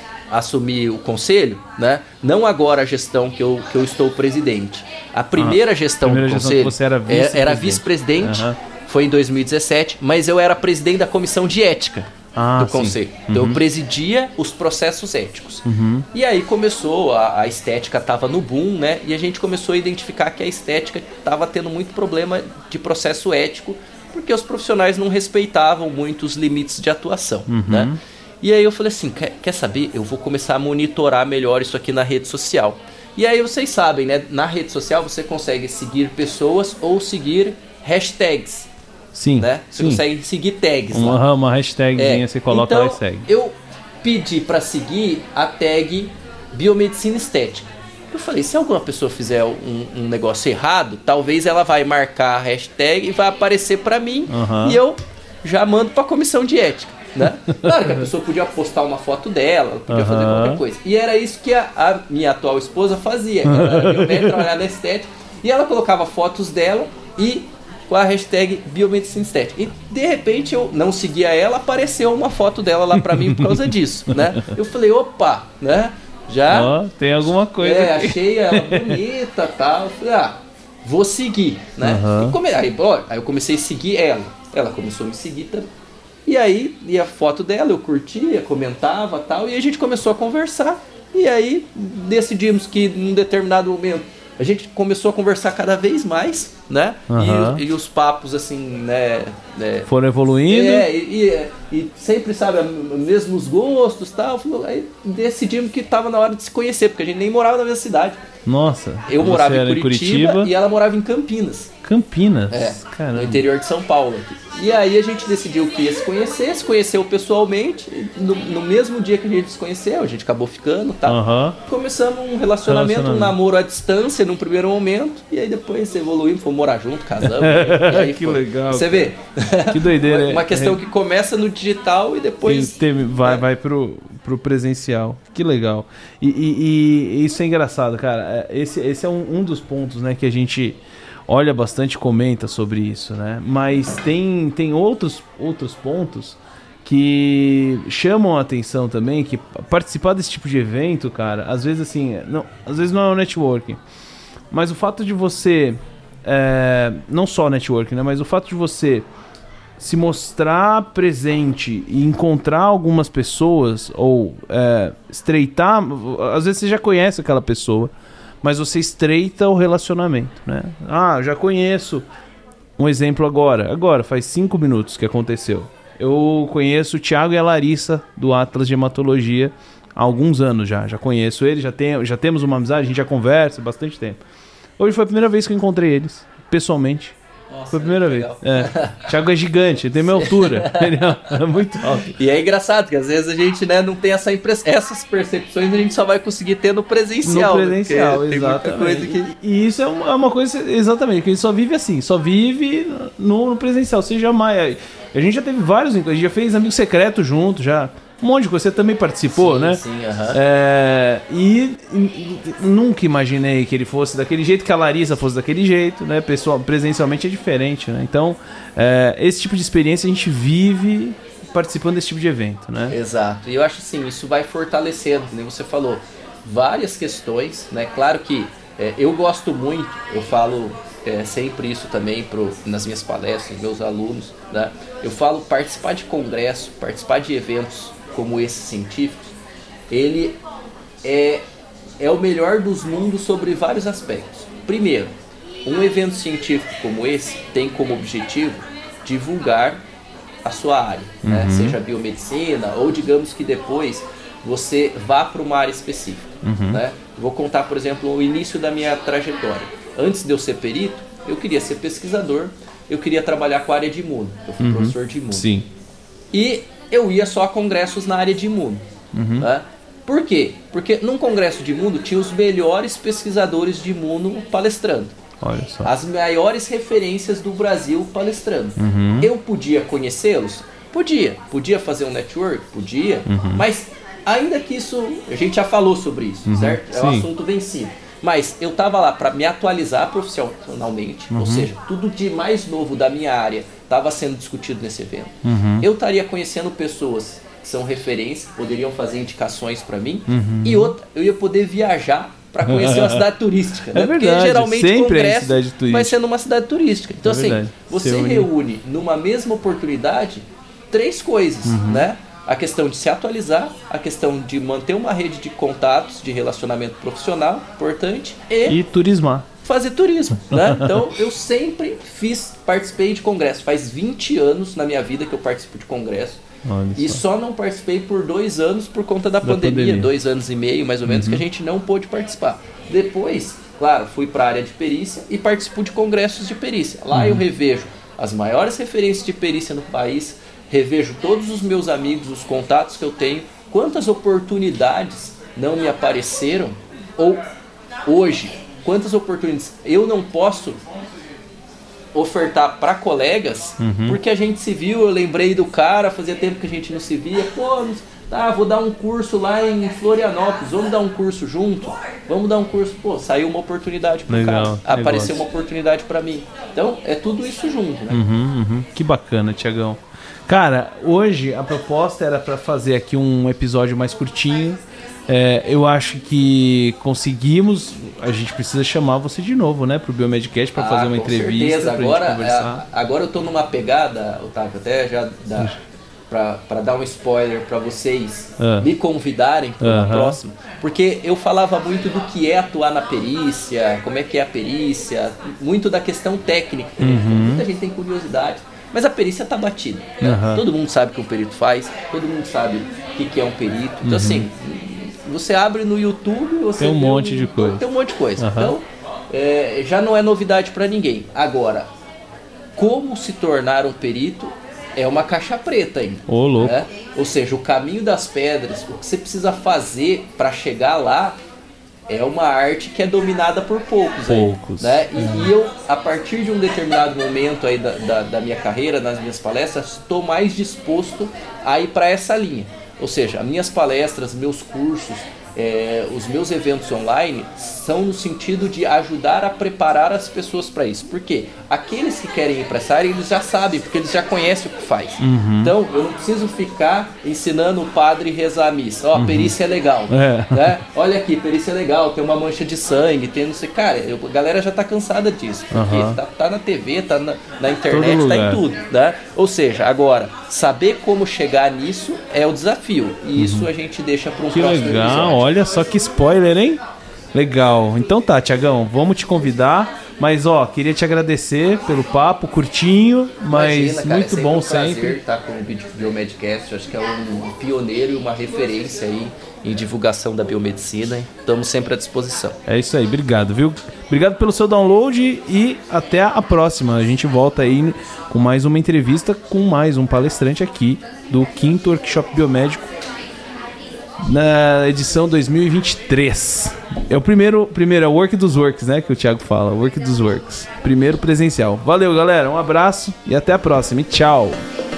assumi o conselho, né? Não agora a gestão que eu, que eu estou presidente. A primeira ah, gestão primeira do gestão conselho você era vice-presidente, era vice-presidente uhum. foi em dois mil e dezessete, mas eu era presidente da comissão de ética. Ah, do conselho. Uhum. Então eu presidia os processos éticos. Uhum. E aí começou, a, a estética estava no boom, né? E a gente começou a identificar que a estética estava tendo muito problema de processo ético, porque os profissionais não respeitavam muito os limites de atuação, uhum. né? E aí eu falei assim, quer, quer saber? Eu vou começar a monitorar melhor isso aqui na rede social. E aí vocês sabem, né? Na rede social você consegue seguir pessoas ou seguir hashtags. Sim, né? Você sim. consegue seguir tags uma, lá. Uma hashtagzinha, é. você coloca então, lá e segue. Eu pedi para seguir a tag biomedicina estética. Eu falei, se alguma pessoa fizer um, um negócio errado, talvez ela vai marcar a hashtag e vai aparecer para mim uhum. e eu já mando para a comissão de ética, né? Claro que a pessoa podia postar uma foto dela, podia uhum. fazer qualquer coisa. E era isso que a, a minha atual esposa fazia. Ela era biomédica, trabalhava na estética e ela colocava fotos dela e com a hashtag biomedicina estética. E de repente eu não seguia ela, apareceu uma foto dela lá pra mim por causa disso, né? Eu falei, opa, né? Já... Oh, tem alguma coisa É, aqui. achei ela bonita e tal. Eu falei, ah, vou seguir, né? Uhum. E come... aí, ó, aí eu comecei a seguir ela. Ela começou a me seguir também. E aí, e a foto dela, eu curtia, comentava e tal. E a gente começou a conversar. E aí, decidimos que num determinado momento a gente começou a conversar cada vez mais, né? Uhum. E, e os papos, assim, né? né foram evoluindo. É, e, e, e sempre, sabe, mesmos gostos e tal. Aí decidimos que estava na hora de se conhecer, porque a gente nem morava na mesma cidade. Nossa. Eu morava em Curitiba, em Curitiba e ela morava em Campinas. Campinas? É, caramba. No interior de São Paulo. Aqui. E aí a gente decidiu que ia se conhecer, se conheceu pessoalmente. No, no mesmo dia que a gente se conheceu, a gente acabou ficando e tal. Uhum. Começamos um relacionamento, relacionamento, um namoro à distância num primeiro momento. E aí depois evoluímos, fomos morar junto, casamos. E aí que foi. legal. Você vê? Que doideira. Uma questão que começa no digital e depois... Tem, vai, é. vai pro... pro presencial. Que legal. E, e, e isso é engraçado, cara. Esse, esse é um, um dos pontos, né, que a gente olha bastante e comenta sobre isso, né? Mas tem, tem outros, outros pontos que chamam a atenção também, que participar desse tipo de evento, cara, às vezes assim, não, às vezes não é o networking, mas o fato de você, é, não só networking, né, mas o fato de você se mostrar presente e encontrar algumas pessoas ou é, estreitar, às vezes você já conhece aquela pessoa, mas você estreita o relacionamento, né? Ah, já conheço. Um exemplo agora, agora faz cinco minutos que aconteceu. Eu conheço o Thiago e a Larissa do Atlas de Hematologia há alguns anos já, já conheço eles, já, tem, já temos uma amizade, a gente já conversa há bastante tempo. Hoje foi a primeira vez que eu encontrei eles, pessoalmente. Nossa, foi a primeira vez. É. Thiago é gigante, ele tem minha altura. Ele é muito alto. E é engraçado que às vezes a gente, né, não tem essa impress... essas percepções, a gente só vai conseguir ter no presencial. No presencial, né? exatamente. Coisa que... E isso é uma coisa, exatamente, que a gente só vive assim, só vive no, no presencial. Você jamais. A gente já teve vários, a gente já fez amigo secreto junto, já. Um monte de coisa, você também participou, sim, né? Sim, aham. É, e, e nunca imaginei que ele fosse daquele jeito, que a Larissa fosse daquele jeito, né? Pessoal, presencialmente é diferente, né? Então, é, esse tipo de experiência a gente vive participando desse tipo de evento, né? Exato. E eu acho assim, isso vai fortalecendo, como você falou, várias questões, né? Claro que é, eu gosto muito, eu falo é, sempre isso também pro, nas minhas palestras, meus alunos, né? Eu falo participar de congresso, participar de eventos como esses científicos, ele é, é o melhor dos mundos sobre vários aspectos. Primeiro, um evento científico como esse tem como objetivo divulgar a sua área, uhum. né? Seja biomedicina ou digamos que depois você vá para uma área específica. Uhum. Né? Vou contar, por exemplo, o início da minha trajetória. Antes de eu ser perito, eu queria ser pesquisador, eu queria trabalhar com a área de imuno. Eu fui uhum. professor de imuno. Sim. E eu ia só a congressos na área de imuno. Uhum. Né? Por quê? Porque num congresso de imuno tinha os melhores pesquisadores de imuno palestrando. Olha só. As maiores referências do Brasil palestrando. Uhum. Eu podia conhecê-los? Podia. Podia fazer um network? Podia. Uhum. Mas ainda que isso... A gente já falou sobre isso, Uhum. certo? É Sim. um assunto vencido. Mas eu estava lá para me atualizar profissionalmente, Uhum. ou seja, tudo de mais novo da minha área estava sendo discutido nesse evento. Uhum. Eu estaria conhecendo pessoas que são referências, poderiam fazer indicações para mim, Uhum. e outra, eu ia poder viajar para conhecer uma cidade turística. Né? É verdade, Porque geralmente sempre é congresso cidade turística. vai ser numa cidade turística. Então É assim, verdade. você Se une. reúne numa mesma oportunidade três coisas, Uhum. né? A questão de se atualizar, a questão de manter uma rede de contatos, de relacionamento profissional, importante, e, E turismar. fazer turismo, né? Então, eu sempre fiz, participei de congresso. Faz vinte anos na minha vida que eu participo de congresso. Olha E só. só não participei por dois anos por conta da, Da pandemia, pandemia. dois anos e meio, mais ou menos, Uhum. que a gente não pôde participar. Depois, claro, fui para a área de perícia e participo de congressos de perícia. Lá Uhum. eu revejo as maiores referências de perícia no país, revejo todos os meus amigos, os contatos que eu tenho, quantas oportunidades não me apareceram, ou hoje, quantas oportunidades eu não posso ofertar para colegas, Uhum. porque a gente se viu, eu lembrei do cara, fazia tempo que a gente não se via, pô, não- ah, vou dar um curso lá em Florianópolis, vamos dar um curso junto? Vamos dar um curso, pô, saiu uma oportunidade pro Legal, cara, apareceu negócio. uma oportunidade para mim. Então, é tudo isso junto, né? Uhum, uhum. Que bacana, Tiagão. Cara, hoje a proposta era para fazer aqui um episódio mais curtinho. É, eu acho que conseguimos. A gente precisa chamar você de novo, né, pro Biomedcast para Ah, fazer uma com entrevista, certeza. pra Agora, gente conversar. é, agora eu tô numa pegada, Otávio, até já dá pra, pra dar um spoiler pra vocês Ah. me convidarem para uma Aham. próxima, porque eu falava muito do que é atuar na perícia, como é que é a perícia, muito da questão técnica. Né? Uhum. Muita gente tem curiosidade. Mas a perícia tá batida. Né? Aham. Todo mundo sabe o que um perito faz, todo mundo sabe o que, que é um perito. Então, assim, você abre no YouTube, você Uhum. Tem um vê monte de coisa. Tem um monte de coisa. Aham. Então, é, já não é novidade para ninguém. Agora, como se tornar um perito é uma caixa preta ainda. Ô, louco. né? Ou seja, o caminho das pedras, o que você precisa fazer para chegar lá é uma arte que é dominada por poucos. Poucos. Aí, né? E, e eu, a partir de um determinado momento aí da, da, da minha carreira, nas minhas palestras, estou mais disposto a ir para essa linha. Ou seja, as minhas palestras, meus cursos, é, os meus eventos online são no sentido de ajudar a preparar as pessoas para isso. Por quê? Aqueles que querem ir para essa área, eles já sabem, porque eles já conhecem o que faz. Uhum. Então, eu não preciso ficar ensinando o padre a rezar a missa. Ó, perícia é legal. É. Né? Olha aqui, perícia é legal, tem uma mancha de sangue, tem não sei... Cara, eu, a galera já tá cansada disso. Porque Uhum. tá, tá na T V, tá na, na internet, Todo tá lugar. em tudo. Né? Ou seja, agora, saber como chegar nisso é o desafio. E isso a gente deixa para um Que próximo legal, episódio. olha só que spoiler, hein? Legal. Então tá, Tiagão, vamos te convidar. Mas ó, queria te agradecer pelo papo curtinho, mas Imagina, cara, muito é bom um prazer sempre. estar com o Biomedcast. Acho que é um pioneiro e uma referência aí em divulgação da biomedicina. Estamos sempre à disposição. É isso aí, obrigado, viu? Obrigado pelo seu download e até a próxima. A gente volta aí com mais uma entrevista com mais um palestrante aqui do quinto Workshop Biomédico na edição dois mil e vinte e três. É o primeiro, primeiro é o Work dos Works, né, que o Thiago fala, Work dos Works. Primeiro presencial. Valeu, galera, um abraço e até a próxima. E tchau.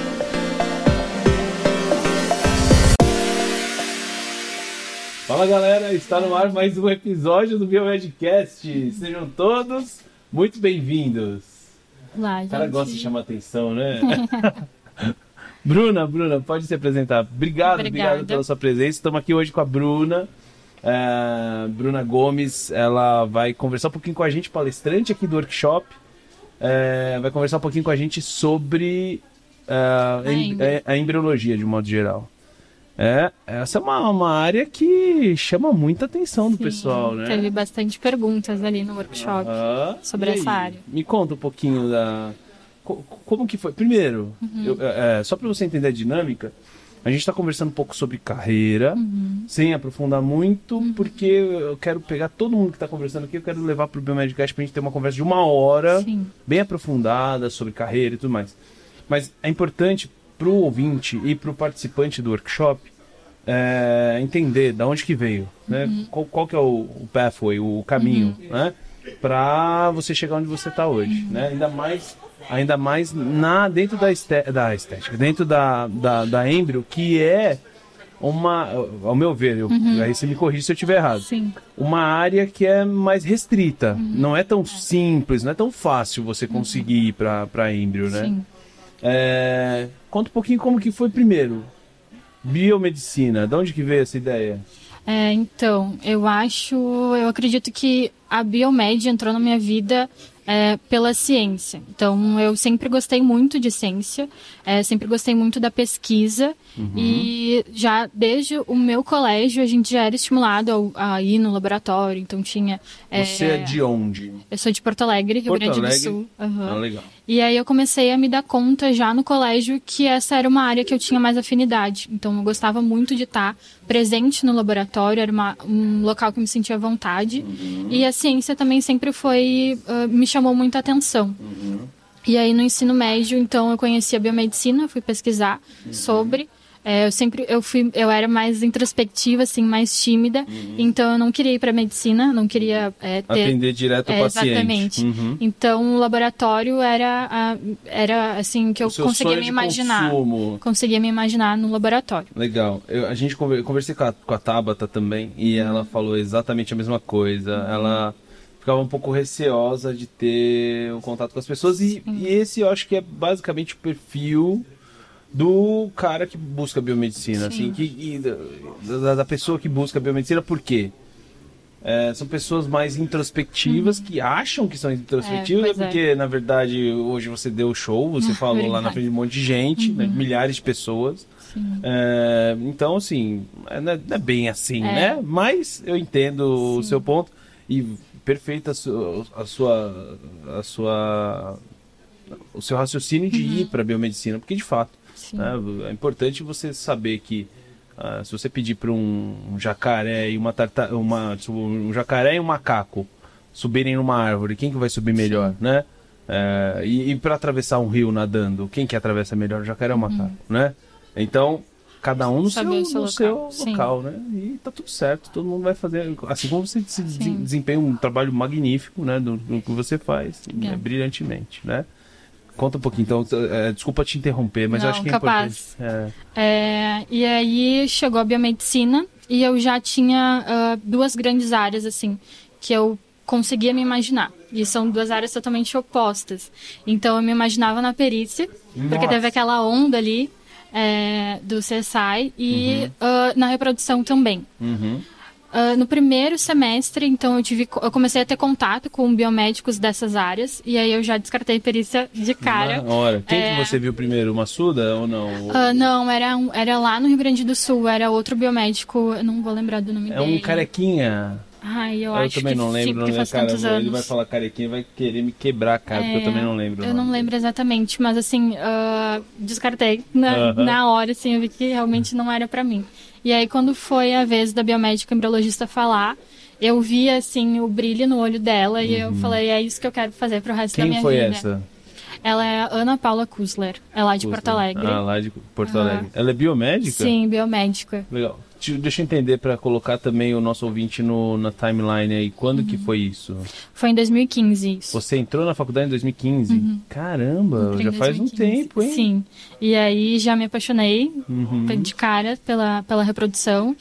Fala, galera, está no ar mais um episódio do Biomedcast. Sejam todos muito bem-vindos. Lá, O gente. cara gosta de chamar atenção, né? Bruna, Bruna, pode se apresentar. Obrigado, Obrigada. obrigado pela sua presença. Estamos aqui hoje com a Bruna. É, Bruna Gomes, ela vai conversar um pouquinho com a gente, palestrante aqui do workshop. É, vai conversar um pouquinho com a gente sobre é, a, em- embri- a embriologia, de um modo geral. É, essa é uma, uma área que chama muita atenção do Sim, pessoal, né? Teve bastante perguntas ali no workshop. Aham. sobre E essa aí, área. Me conta um pouquinho da... co- Como que foi? Primeiro, Uhum. eu- é, é, só para você entender a dinâmica, a gente está conversando um pouco sobre carreira, Uhum. sem aprofundar muito, porque eu quero pegar todo mundo que está conversando aqui, eu quero levar para o Biomedcast para a gente ter uma conversa de uma hora, Sim. bem aprofundada sobre carreira e tudo mais. Mas é importante para o ouvinte e para o participante do workshop é, entender da onde que veio, né? Uhum. Qual, qual que é o, o pathway, o caminho, Uhum. né? Para você chegar onde você está hoje, né? Ainda mais, ainda mais na, dentro da, esté, da estética, dentro da, da, da Embry, que é uma, ao meu ver, eu, Uhum. aí você me corrige se eu estiver errado, Sim. uma área que é mais restrita, Uhum. não é tão simples, não é tão fácil você conseguir ir para para Embry, né? Sim. É, conta um pouquinho como que foi primeiro. Biomedicina, de onde que veio essa ideia? É, então, eu acho, eu acredito que a Biomed entrou na minha vida é, pela ciência. Então, eu sempre gostei muito de ciência, é, sempre gostei muito da pesquisa. Uhum. E já desde o meu colégio, a gente já era estimulado a, a ir no laboratório. Então, tinha... Você é de onde? Eu sou de Porto Alegre, Rio Porto Grande Alegre? do Sul. Aham. Ah, legal. E aí eu comecei a me dar conta já no colégio que essa era uma área que eu tinha mais afinidade. Então eu gostava muito de estar presente no laboratório, era uma, um local que eu me sentia à vontade. Uhum. E a ciência também sempre foi, uh, me chamou muita atenção. Uhum. E aí no ensino médio, então eu conheci a biomedicina, fui pesquisar uhum. sobre... É, eu sempre eu fui eu era mais introspectiva, assim, mais tímida, uhum. então eu não queria ir para medicina, não queria é, ter atender direto ao é, paciente. Exatamente. Uhum. Então o laboratório era a, era assim que eu conseguia me imaginar, consumo. conseguia me imaginar no laboratório. Legal. Eu, a gente conver, conversei com a, com a Tabata também e uhum. ela falou exatamente a mesma coisa. Uhum. Ela ficava um pouco receosa de ter o contato com as pessoas e, e esse eu acho que é basicamente o perfil do cara que busca biomedicina, Sim. assim, que, e da, da pessoa que busca biomedicina, por quê? É, são pessoas mais introspectivas, uhum. que acham que são introspectivas, é, porque, é. na verdade, hoje você deu show, você ah, falou verdade. lá na frente de um monte de gente, uhum. né, milhares de pessoas. É, então, assim, não é, não é bem assim, é. né? Mas eu entendo Sim. o seu ponto e perfeita a sua, a sua, a sua o seu raciocínio de uhum. ir para a biomedicina, porque, de fato, é importante você saber que uh, se você pedir para um, um jacaré e uma tarta, uma um jacaré e um macaco subirem numa árvore, quem que vai subir melhor, Sim. né? Uh, e e para atravessar um rio nadando, quem que atravessa melhor, o jacaré ou o macaco, uhum. né? Então cada um no seu, seu, no local. seu local, né? E tá tudo certo, todo mundo vai fazer, assim como você se desempenha um trabalho magnífico, né? Do, do que você faz, né? Brilhantemente, né? Conta um pouquinho, então, é, desculpa te interromper, mas Não, eu acho que é capaz. importante. É. É, e aí chegou a biomedicina e eu já tinha uh, duas grandes áreas, assim, que eu conseguia me imaginar. E são duas áreas totalmente opostas. Então eu me imaginava na perícia, Nossa. porque teve aquela onda ali é, do C S I e uhum. uh, na reprodução também. Uhum. Uh, no primeiro semestre, então, eu, tive, eu comecei a ter contato com biomédicos dessas áreas, e aí eu já descartei perícia de cara. Na hora. Quem é... que você viu primeiro? Uma Suda ou não? Uh, não, era, um, era lá no Rio Grande do Sul, era outro biomédico, eu não vou lembrar do nome é dele. É um carequinha. Ai, eu, eu acho também que não lembro, sim, porque não faz cara, tantos anos. Ele vai falar carequinha, vai querer me quebrar a cara, é, porque eu também não lembro. Eu não lembro exatamente, mas assim, uh, descartei na, uh-huh. na hora, assim, eu vi que realmente não era pra mim. E aí, quando foi a vez da biomédica embriologista falar, eu vi, assim, o brilho no olho dela uhum. e eu falei, é isso que eu quero fazer pro resto Quem da minha foi vida. Essa? Ela é a Ana Paula Kusler, é lá de Kusler. Porto Alegre. Ah, lá de Porto Alegre. Uhum. Ela é biomédica? Sim, biomédica. Legal. Deixa eu entender, para colocar também o nosso ouvinte no, na timeline aí. Quando uhum. que foi isso? Foi em dois mil e quinze isso. Você entrou na faculdade em dois mil e quinze? Uhum. Caramba, já faz um tempo, hein? Sim. E aí já me apaixonei uhum. de cara pela, pela reprodução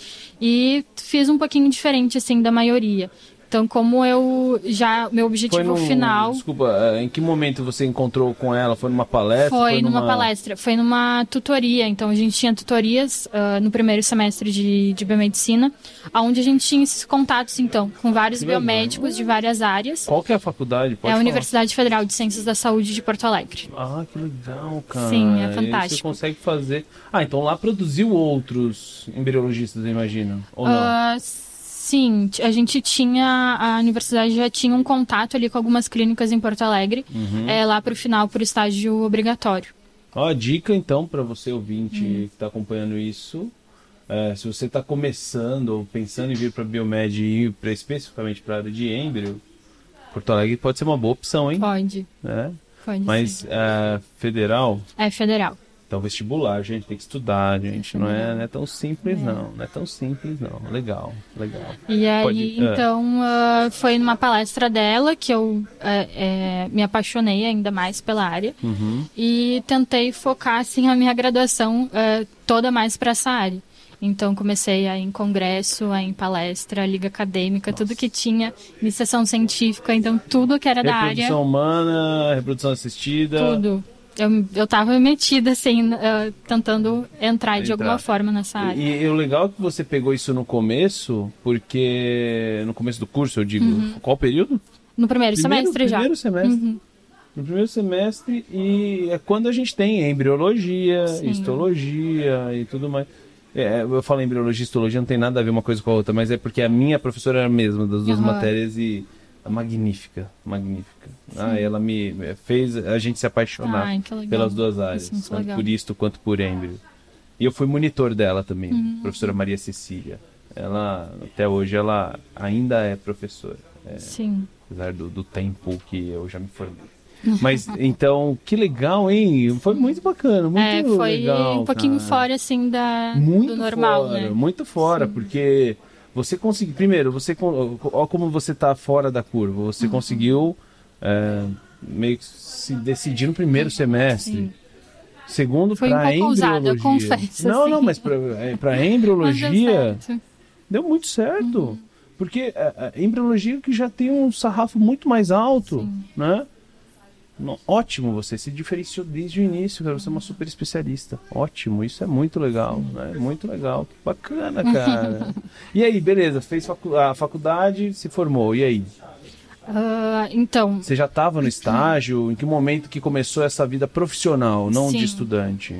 e fiz um pouquinho diferente, assim, da maioria. Então, como eu já... Meu objetivo no, final... Desculpa, em que momento você encontrou com ela? Foi numa palestra? Foi, foi numa... numa palestra. Foi numa tutoria. Então, a gente tinha tutorias uh, no primeiro semestre de, de biomedicina, onde a gente tinha esses contatos, então, com vários que biomédicos legal. de várias áreas. Qual que é a faculdade? Pode é a falar. Universidade Federal de Ciências da Saúde de Porto Alegre. Ah, que legal, cara. Sim, é fantástico. E você consegue fazer... Ah, então lá produziu outros embriologistas, eu imagino, ou não? Uh, Sim, a gente tinha, a universidade já tinha um contato ali com algumas clínicas em Porto Alegre, uhum. é, lá para o final, por estágio obrigatório. Ó, a dica então para você ouvinte uhum. que está acompanhando isso, é, se você está começando ou pensando em vir para a Biomed e ir pra, especificamente para a área de êmbrio, Porto Alegre pode ser uma boa opção, hein? Pode, é? pode Mas ser. É, federal? É federal. Então, vestibular, gente, tem que estudar, gente. Não é, não é tão simples, é. não. Não é tão simples, não. Legal, legal. E aí, Pode, então, uh, foi numa palestra dela que eu uh, é, me apaixonei ainda mais pela área. Uhum. E tentei focar, assim, a minha graduação uh, toda mais para essa área. Então, comecei a ir em congresso, a ir em palestra, liga acadêmica, Nossa. tudo que tinha, iniciação científica. Então, tudo que era da área... Reprodução humana, reprodução assistida... Tudo. Eu, eu tava metida, assim, uh, tentando entrar, entrar de alguma forma nessa área. E, e o legal é que você pegou isso no começo, porque... No começo do curso, eu digo, uhum. qual período? No primeiro, primeiro semestre já. Primeiro semestre. Uhum. No primeiro semestre, e é quando a gente tem embriologia, Sim. histologia e tudo mais. É, eu falo embriologia e histologia, não tem nada a ver uma coisa com a outra, mas é porque a minha professora era a mesma das duas uhum. matérias e... Magnífica, magnífica. Ah, ela me fez a gente se apaixonar Ai, pelas duas áreas, tanto por isto quanto por embrio. E eu fui monitor dela também, uhum. professora Maria Cecília. Ela, até hoje, ela ainda é professora. É, Sim. Apesar do, do tempo que eu já me formei. Mas, então, que legal, hein? Foi muito bacana, muito é, foi legal, um pouquinho cara. fora, assim, da, muito do normal, fora, né? Muito fora, Sim. porque... Você conseguiu, primeiro, você, olha como você está fora da curva, você uhum. conseguiu é, meio que se decidir no primeiro semestre. Sim. Segundo, para um embriologia. Ousada, eu confesso, não, assim. não, mas para embriologia deu, deu muito certo. Uhum. Porque a, a embriologia que já tem um sarrafo muito mais alto, Sim. né? No, ótimo, você se diferenciou desde o início, cara. Você é uma super especialista. Ótimo, isso é muito legal, né? Muito legal, que bacana, cara. E aí, beleza, fez facu- a faculdade, se formou, e aí? Uh, então... Você já estava no estágio? Em que momento que começou essa vida profissional, não Sim. de estudante?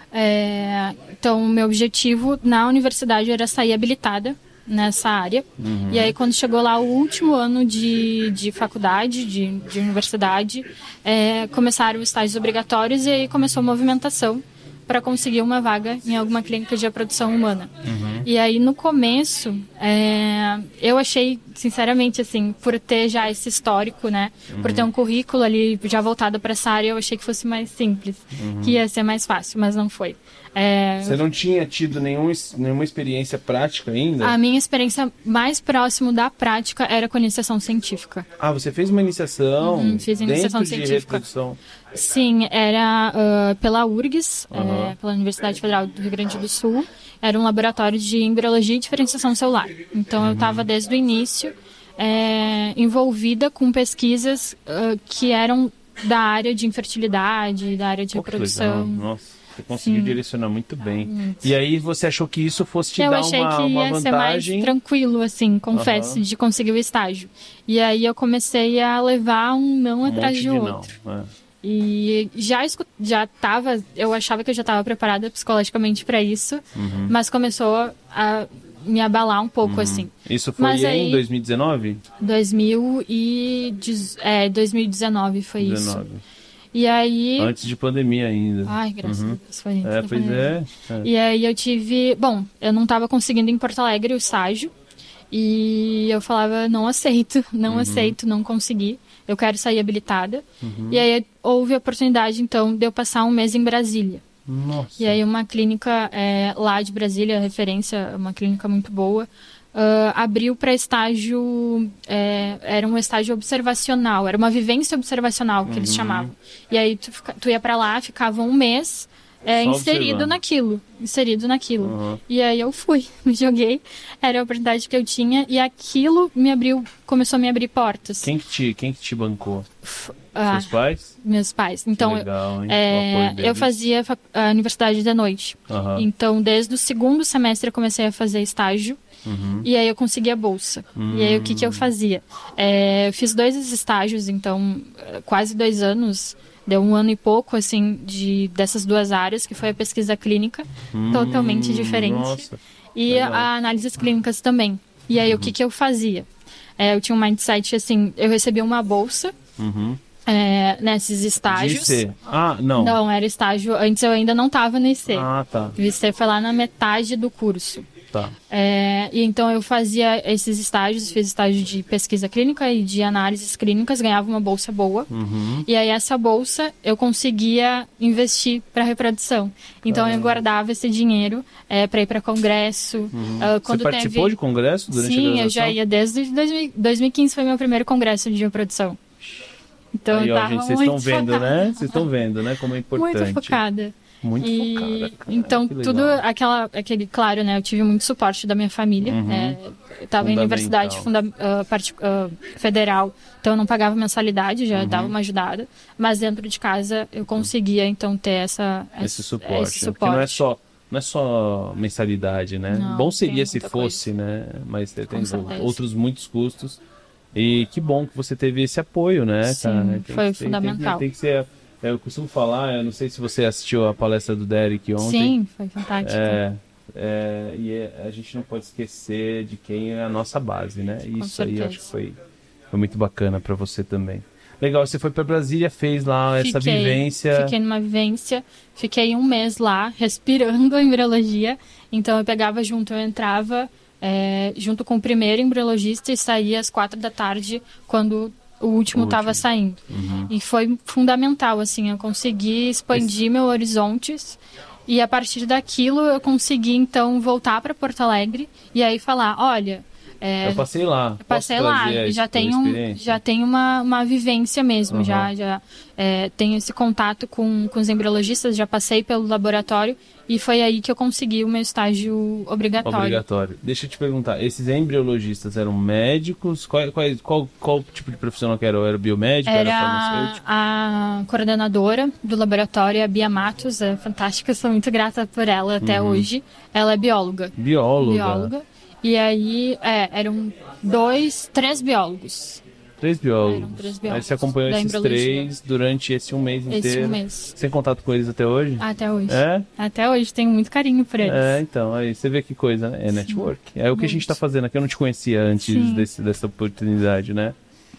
É, então, o meu objetivo na universidade era sair habilitada nessa área. Uhum. E aí, quando chegou lá o último ano de, de faculdade, de, de universidade, é, começaram os estágios obrigatórios e aí começou a movimentação para conseguir uma vaga em alguma clínica de reprodução humana. Uhum. E aí, no começo, é, eu achei, sinceramente, assim, por ter já esse histórico, né, uhum. por ter um currículo ali já voltado para essa área, eu achei que fosse mais simples, uhum. que ia ser mais fácil, mas não foi. É... Você não tinha tido nenhum, nenhuma experiência prática ainda? A minha experiência mais próximo da prática era com iniciação científica. Ah, você fez uma iniciação uhum, fiz iniciação dentro de científica. reprodução? Sim, era uh, pela U R G S, uhum. é, pela Universidade Federal do Rio Grande do Sul. Era um laboratório de embriologia e diferenciação celular. Então, uhum. eu estava desde o início é, envolvida com pesquisas uh, que eram da área de infertilidade, da área de Pô, reprodução. Nossa. Você conseguiu Sim. direcionar muito bem. Muito. E aí você achou que isso fosse te eu dar achei uma, que uma ia vantagem? ser mais tranquilo, assim, confesso, uhum. de conseguir o estágio. E aí eu comecei a levar um não um atrás de, de outro. Não. É. E já, escu- já tava, eu achava que eu já estava preparada psicologicamente para isso, uhum. mas começou a me abalar um pouco, uhum. assim. Isso foi mas em aí, dois mil e dezenove? dois mil e dezenove foi dezenove. isso. E aí... Antes de pandemia ainda. Ai, graças uhum. a Deus, foi antes é, da pois pandemia. é, é. E aí eu tive... Bom, eu não estava conseguindo em Porto Alegre o estágio. E eu falava, não aceito, não uhum. aceito, não consegui. Eu quero sair habilitada. Uhum. E aí houve a oportunidade, então, de eu passar um mês em Brasília. Nossa. E aí uma clínica é, lá de Brasília, referência, uma clínica muito boa, uh, abriu para estágio, é, era um estágio observacional, era uma vivência observacional que uhum. eles chamavam. E aí tu, tu ia para lá, ficava um mês é, inserido observando. naquilo, inserido naquilo. Uhum. E aí eu fui, me joguei, era a oportunidade que eu tinha e aquilo me abriu, começou a me abrir portas. Quem que te, quem que te bancou? F- Seus ah, pais? Meus pais. Então, legal, é, eu fazia a universidade de noite. Uhum. Então, desde o segundo semestre eu comecei a fazer estágio. Uhum. E aí eu consegui a bolsa. Uhum. E aí o que, que eu fazia? É, eu fiz dois estágios, então quase dois anos. Deu um ano e pouco, assim, de, dessas duas áreas, que foi a pesquisa clínica, uhum. totalmente diferente. Nossa. E a, a análises clínicas também. E aí uhum. o que, que eu fazia? É, eu tinha um mindset, assim, eu recebia uma bolsa... Uhum. É, nesses estágios. De I C? Ah, não. Não, era estágio. Antes eu ainda não estava no I C. Ah, tá. O I C foi lá na metade do curso. Tá. É, e então eu fazia esses estágios, fiz estágio de pesquisa clínica e de análises clínicas, ganhava uma bolsa boa. Uhum. E aí essa bolsa eu conseguia investir para reprodução. Então eu guardava esse dinheiro é, para ir para congresso. Uhum. Uh, quando Você participou teve... de congresso durante a Sim, graduação? eu já ia desde dois mil e quinze, foi meu primeiro congresso de reprodução. Então Aí, eu ó, tava gente, vocês muito estão vendo, focada. né? Vocês estão vendo, né? Como é importante. Muito focada. Muito E, focada. Cara. então, Que legal. tudo aquela, aquele, claro, né? Eu tive muito suporte da minha família. Uhum. É, eu estava em universidade funda, uh, part, uh, federal, então eu não pagava mensalidade, já Uhum. dava uma ajudada. Mas dentro de casa eu conseguia, então, ter essa, Esse essa, suporte. esse né? Porque suporte. não é só, não é só mensalidade, né? Não, Bom tem seria se muita fosse, né? Mas tem Com certeza. outros muitos custos. E que bom que você teve esse apoio, né, Sim, cara? Tem foi que- tem- fundamental. Tem, que tem que ser. Eu costumo falar, eu não sei se você assistiu a palestra do Derek ontem. Sim, foi fantástico. É, é, e é- a gente não pode esquecer de quem é a nossa base, né? Com Isso aí eu acho que certeza. foi, foi muito bacana pra você também. Legal, você foi pra Brasília, fez lá essa Fiquei- vivência. Fiquei numa vivência, fiquei um mês lá, respirando a embriologia. Então eu pegava junto, eu entrava é, junto com o primeiro embriologista e saía às quatro da tarde, quando o último O estava último. saindo. Uhum. E foi fundamental, assim, eu consegui expandir meus horizontes. E a partir daquilo eu consegui, então, voltar para Porto Alegre e aí falar, olha... é, Eu passei lá. eu passei Posso lá, trazer a já ex- tenho, a um, experiência? já tenho uma, uma vivência mesmo, Uhum. já, já é, tenho esse contato com, com os embriologistas, já passei pelo laboratório e foi aí que eu consegui o meu estágio obrigatório. Obrigatório. Deixa eu te perguntar, esses embriologistas eram médicos? Qual, qual, qual, qual tipo de profissional que era? Era biomédico? Era, Era farmacêutico? a coordenadora do laboratório, a Bia Matos, é fantástica, sou muito grata por ela até Uhum. hoje. Ela é bióloga. Bióloga. Bióloga. E aí, é, eram dois, três biólogos. Três biólogos. Eram três Aí biólogos você acompanhou da esses embriologia. três durante esse um mês Esse inteiro. um mês. Sem contato com eles até hoje? Até hoje. É? Até hoje, tenho muito carinho por eles. É, então, aí você vê que coisa, né? É network. É o que a gente tá fazendo aqui. Eu não te conhecia antes Sim. desse, dessa oportunidade, né?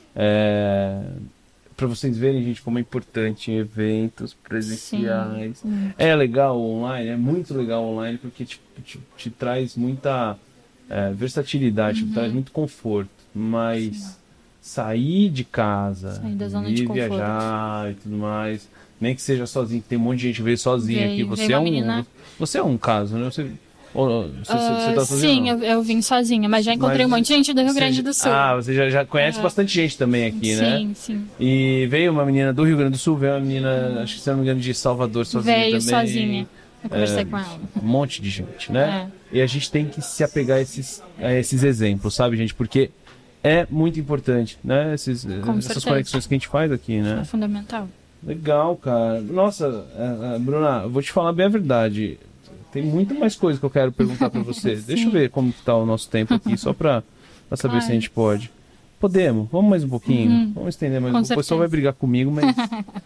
É... Pra vocês verem, gente, como é importante em eventos presenciais. Sim. É legal o online, é muito legal o online, porque te, te, te traz muita é, versatilidade, Uhum. te traz muito conforto. Mas sair de casa, Sair da zona ir de conforto. viajar e tudo mais, nem que seja sozinho, que tem um monte de gente que veio sozinha Veio- aqui. Você veio é uma um, menina- você é um caso, né? Você, ou, você, você Ah, tá sozinho? sim, não? eu, eu vim sozinha, mas já encontrei Mas um monte de gente do Rio Você Grande já- do Sul. Ah, você já, já conhece Ah. bastante gente também aqui, né? Sim, sim. E veio uma menina do Rio Grande do Sul, veio uma menina, acho que se não me engano, de Salvador sozinha Veio também. sozinha. Eu conversei É, com ela. Um monte de gente, né? É. E a gente tem que se apegar a esses, a esses exemplos, sabe, gente? Porque é muito importante, né? Esses, essas certeza. conexões que a gente faz aqui, né? É fundamental. Legal, cara. Nossa, eh, eh, Bruna, eu vou te falar bem a verdade. Tem muito mais coisa que eu quero perguntar pra você. Deixa eu ver como que tá o nosso tempo aqui, só pra, pra saber Claro. se a gente pode. Podemos? Vamos mais um pouquinho? Uhum. Vamos estender mais Com um pouco. O pessoal certeza. vai brigar comigo, mas...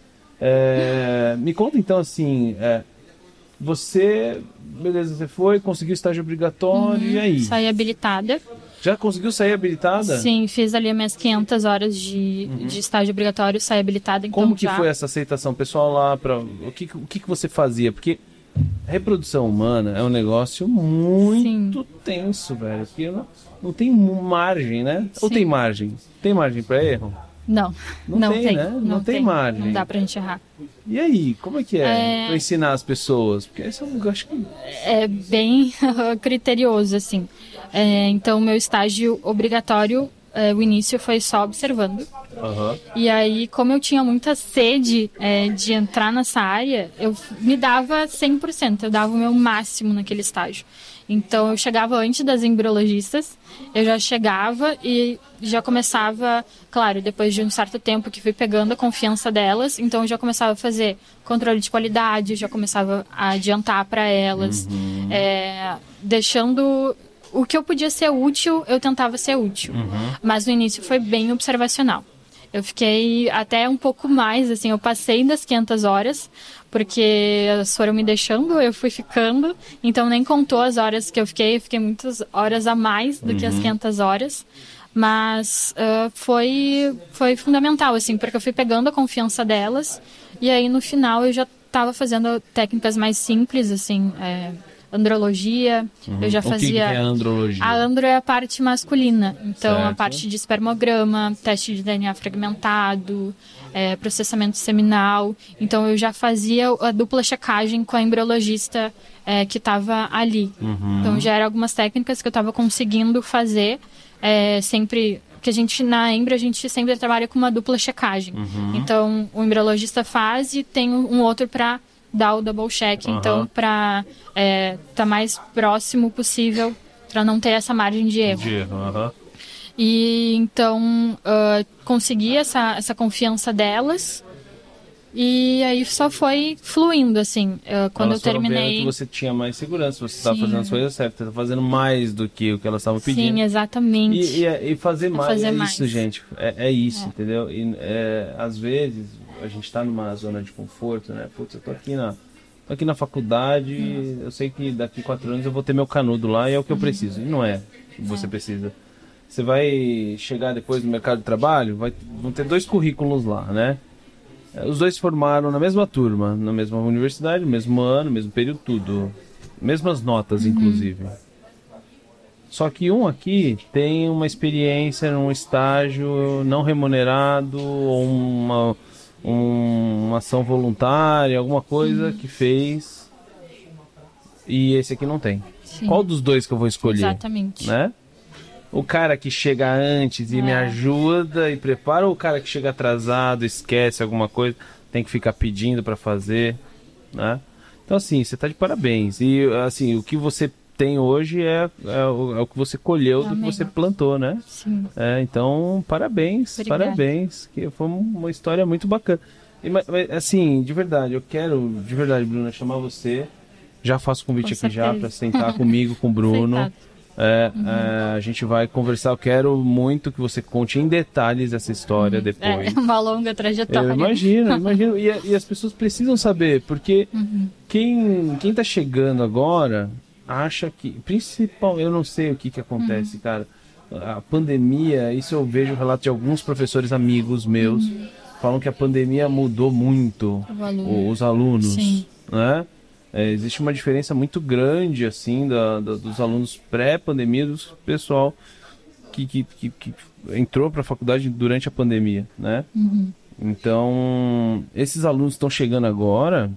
É, me conta então, assim... é, você... Beleza, você foi, conseguiu estágio obrigatório, e aí? Saí habilitada. Já conseguiu sair habilitada? Sim, fiz ali as minhas quinhentas horas de, de estágio obrigatório, saí habilitada, então Como que já... foi essa aceitação? Pessoal lá, pra, o, que, o que, que você fazia? Porque reprodução humana é um negócio muito tenso, velho. Porque não, não tem margem, né? Ou Sim. tem margem? Tem margem para erro? Não, Não não, tem, tem, né? Não tem margem. Não dá pra gente errar. E aí, como é que é, É. para ensinar as pessoas? Porque esse é um lugar, acho que... É bem criterioso, assim. É, então, meu estágio obrigatório, é, o início foi só observando. Aham. E aí, como eu tinha muita sede é, de entrar nessa área, eu me dava cem por cento, eu dava o meu máximo naquele estágio. Então, eu chegava antes das embriologistas, eu já chegava e já começava, claro, depois de um certo tempo que fui pegando a confiança delas, então eu já começava a fazer controle de qualidade, já começava a adiantar para elas, é, deixando... O que eu podia ser útil, eu tentava ser útil. Mas no início foi bem observacional. Eu fiquei até um pouco mais, assim, eu passei das quinhentas horas, porque elas foram me deixando, eu fui ficando, então nem contou as horas que eu fiquei, eu fiquei muitas horas a mais do que as quinhentas horas, mas ah, foi, foi fundamental, assim, porque eu fui pegando a confiança delas, e aí no final eu já estava fazendo técnicas mais simples, assim, é, andrologia, Uhum. eu já O que fazia... que é a andrologia? A andro é a parte masculina, então Certo. a parte de espermograma, teste de D N A fragmentado, é, processamento seminal. Então eu já fazia a dupla checagem com a embriologista é, que estava ali. Uhum. Então já eram algumas técnicas que eu estava conseguindo fazer, é, sempre... que a gente, na Embry, a gente sempre trabalha com uma dupla checagem. Uhum. Então, o embriologista faz e tem um outro para dar o double check. Uhum. Então, para é, tá mais próximo possível, para não ter essa margem de erro. De erro, aham. E, então, uh, consegui essa, essa confiança delas. E aí só foi fluindo, assim. Uh, quando Elas eu foram vendo terminei... que você tinha mais segurança, você estava Sim. fazendo as coisas certas, estava fazendo mais do que o que elas estavam pedindo. Sim, exatamente. E, e, e fazer mais, fazer é mais. isso, gente. É, é isso, É. entendeu? E é, às vezes a gente tá numa zona de conforto, né? Putz, eu tô aqui na, tô aqui na faculdade, Uhum. eu sei que daqui quatro anos eu vou ter meu canudo lá e é o que eu preciso. E não é o que você É. precisa. Você vai chegar depois no mercado de trabalho, vai, vão ter dois currículos lá, né? Os dois se formaram na mesma turma, na mesma universidade, no mesmo ano, mesmo período, tudo. Mesmas notas, Uhum. inclusive. Só que um aqui tem uma experiência num estágio não remunerado, ou uma, um- uma ação voluntária, alguma coisa que fez. E esse aqui não tem. Sim. Qual dos dois que eu vou escolher? Exatamente. Né? O cara que chega antes e É. me ajuda e prepara, ou o cara que chega atrasado, esquece alguma coisa, tem que ficar pedindo pra fazer, né? Então assim, você tá de parabéns. E assim, o que você tem hoje é, é, o, é o que você colheu do que Amém. você plantou, né? Sim. É, então, parabéns, Obrigada. parabéns. Que foi uma história muito bacana. E, mas, mas, assim, de verdade, eu quero, de verdade, Bruna, chamar você. Já faço convite Com aqui já certeza. pra sentar comigo, com o Bruno. Aceitado. É, é, a gente vai conversar. Eu quero muito que você conte em detalhes essa história depois. É uma longa trajetória. Eu imagino, eu imagino. E, e as pessoas precisam saber, porque Uhum. quem, quem tá chegando agora acha que. Principal, eu não sei o que, que acontece, Uhum. cara. A pandemia, isso eu vejo relato de alguns professores amigos meus, Uhum. falam que a pandemia mudou muito O aluno. o- os alunos, Sim. né? É, existe uma diferença muito grande, assim, da, da- dos alunos pré-pandemia do pessoal que, que, que, que entrou para a faculdade durante a pandemia, né? Uhum. Então, esses alunos que estão chegando agora,